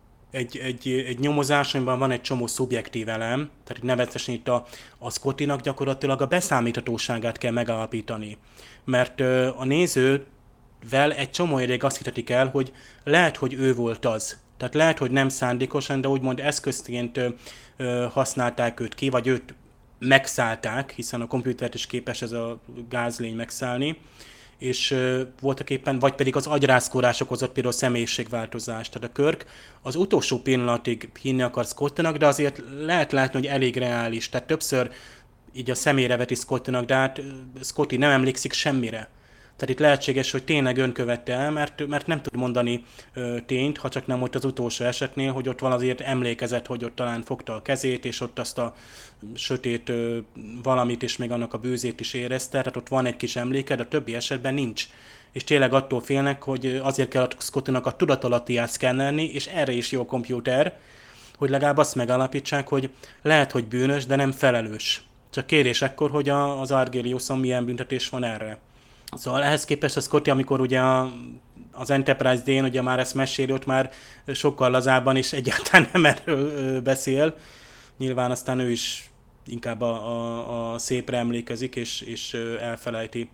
egy nyomozás, amiben van egy csomó szubjektív elem, tehát nevezetesen itt a Scottynak gyakorlatilag a beszámíthatóságát kell megállapítani. Mert a nézővel egy csomó ideig azt hitetik el, hogy lehet, hogy ő volt az. Tehát lehet, hogy nem szándékosan, de úgymond eszközként használták őt ki, vagy őt megszállták, hiszen a komputert is képes ez a gázlény megszállni, és voltak éppen, vagy pedig az agyrázkórás okozott például személyiségváltozást. Tehát a Kirk az utolsó pillanatig hinni akar Scottynak, de azért lehet látni, hogy elég reális. Tehát többször így a személyre veti Scottynak, de hát Scotty nem emlékszik semmire. Tehát itt lehetséges, hogy tényleg önkövette el, mert nem tud mondani tényt, ha csak nem ott az utolsó esetnél, hogy ott van azért emlékezet, hogy ott talán fogta a kezét, és ott azt a sötét valamit, és még annak a bőzét is érezte, tehát ott van egy kis emléke, de a többi esetben nincs. És tényleg attól félnek, hogy azért kell a Scottynak a tudatalattiát szkennelni, és erre is jó a komputer, hogy legalább azt megállapítsák, hogy lehet, hogy bűnös, de nem felelős. Csak kérés ekkor, hogy az Argeriuson milyen büntetés van erre. Szóval ehhez képest a Scotty, amikor ugye az Enterprise D-n ugye már ezt meséli, ott már sokkal lazábban és egyáltalán nem erről beszél. Nyilván aztán ő is inkább a szépre emlékezik és elfelejti.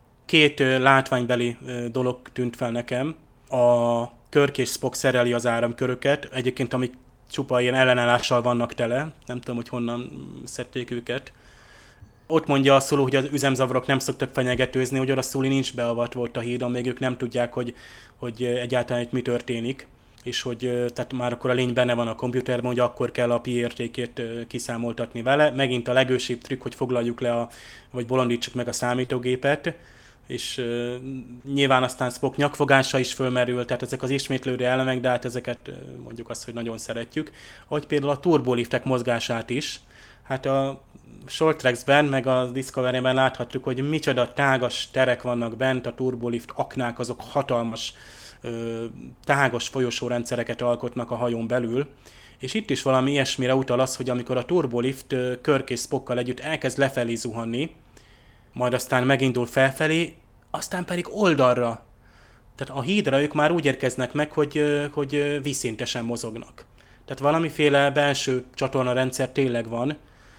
2 látványbeli dolog tűnt fel nekem. A Kirk és Spock szereli az áramköröket, egyébként amik csupa ilyen ellenállással vannak tele, nem tudom, hogy honnan szedték őket. Ott mondja a Sulu, hogy az üzemzavarok nem szoktak fenyegetőzni, hogy a Sulu nincs beavatva ott a hídon, még ők nem tudják, hogy egyáltalán itt mi történik, és hogy tehát már akkor a lény benne van a komputerben, hogy akkor kell a pi értékét kiszámoltatni vele. Megint a legősibb trükk, hogy foglaljuk le, vagy bolondítsuk meg a számítógépet, és nyilván aztán Spock nyakfogása is fölmerül, tehát ezek az ismétlődő elemek, de hát ezeket mondjuk azt, hogy nagyon szeretjük. Hogy például a turboliftek mozgását is, hát a Short Treks-ben, meg a Discovery-ben láthattuk, hogy micsoda tágas terek vannak bent, a turbolift aknák, azok hatalmas, tágas folyosórendszereket alkotnak a hajón belül, és itt is valami ilyesmire utal az, hogy amikor a turbolift Kirk és Spockkal együtt elkezd lefelé zuhanni, majd aztán megindul felfelé, aztán pedig oldalra. Tehát a hídra ők már úgy érkeznek meg, hogy vízszintesen mozognak. Tehát valamiféle belső csatornarendszer tényleg van,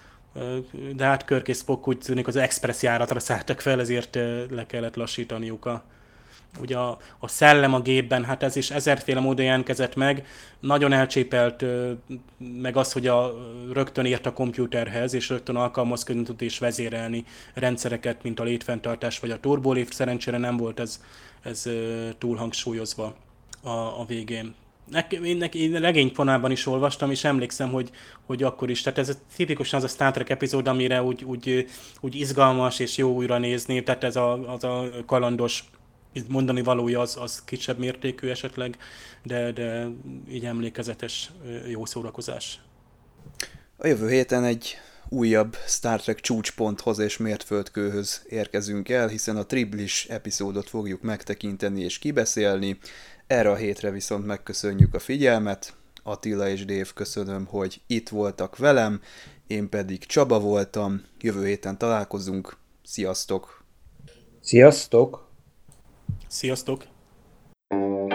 de hát Kirk és Spock úgy tűnik, az express járatra szálltak fel, ezért le kellett lassítaniuk ugye a szellem a gépben, hát ez is ezerféle módon jelentkezett meg, nagyon elcsépelt meg az, hogy rögtön ért a komputerhez, és rögtön alkalmazkodni tud és vezérelni rendszereket, mint a létfenntartás vagy a turbolift, szerencsére nem volt ez túl hangsúlyozva a végén. Én regényformában is olvastam, és emlékszem, hogy akkor is. Tehát ez tipikusan az a Star Trek epizód, amire úgy izgalmas és jó újra nézni, tehát ez az a kalandos mondani valója az kisebb mértékű esetleg, de így emlékezetes jó szórakozás. A jövő héten egy újabb Star Trek csúcsponthoz és mértföldkőhöz érkezünk el, hiszen a Triblis epizódot fogjuk megtekinteni és kibeszélni. Erre a hétre viszont megköszönjük a figyelmet, Attila és Dave, köszönöm, hogy itt voltak velem, én pedig Csaba voltam, jövő héten találkozunk, sziasztok! Sziasztok! Sziasztok!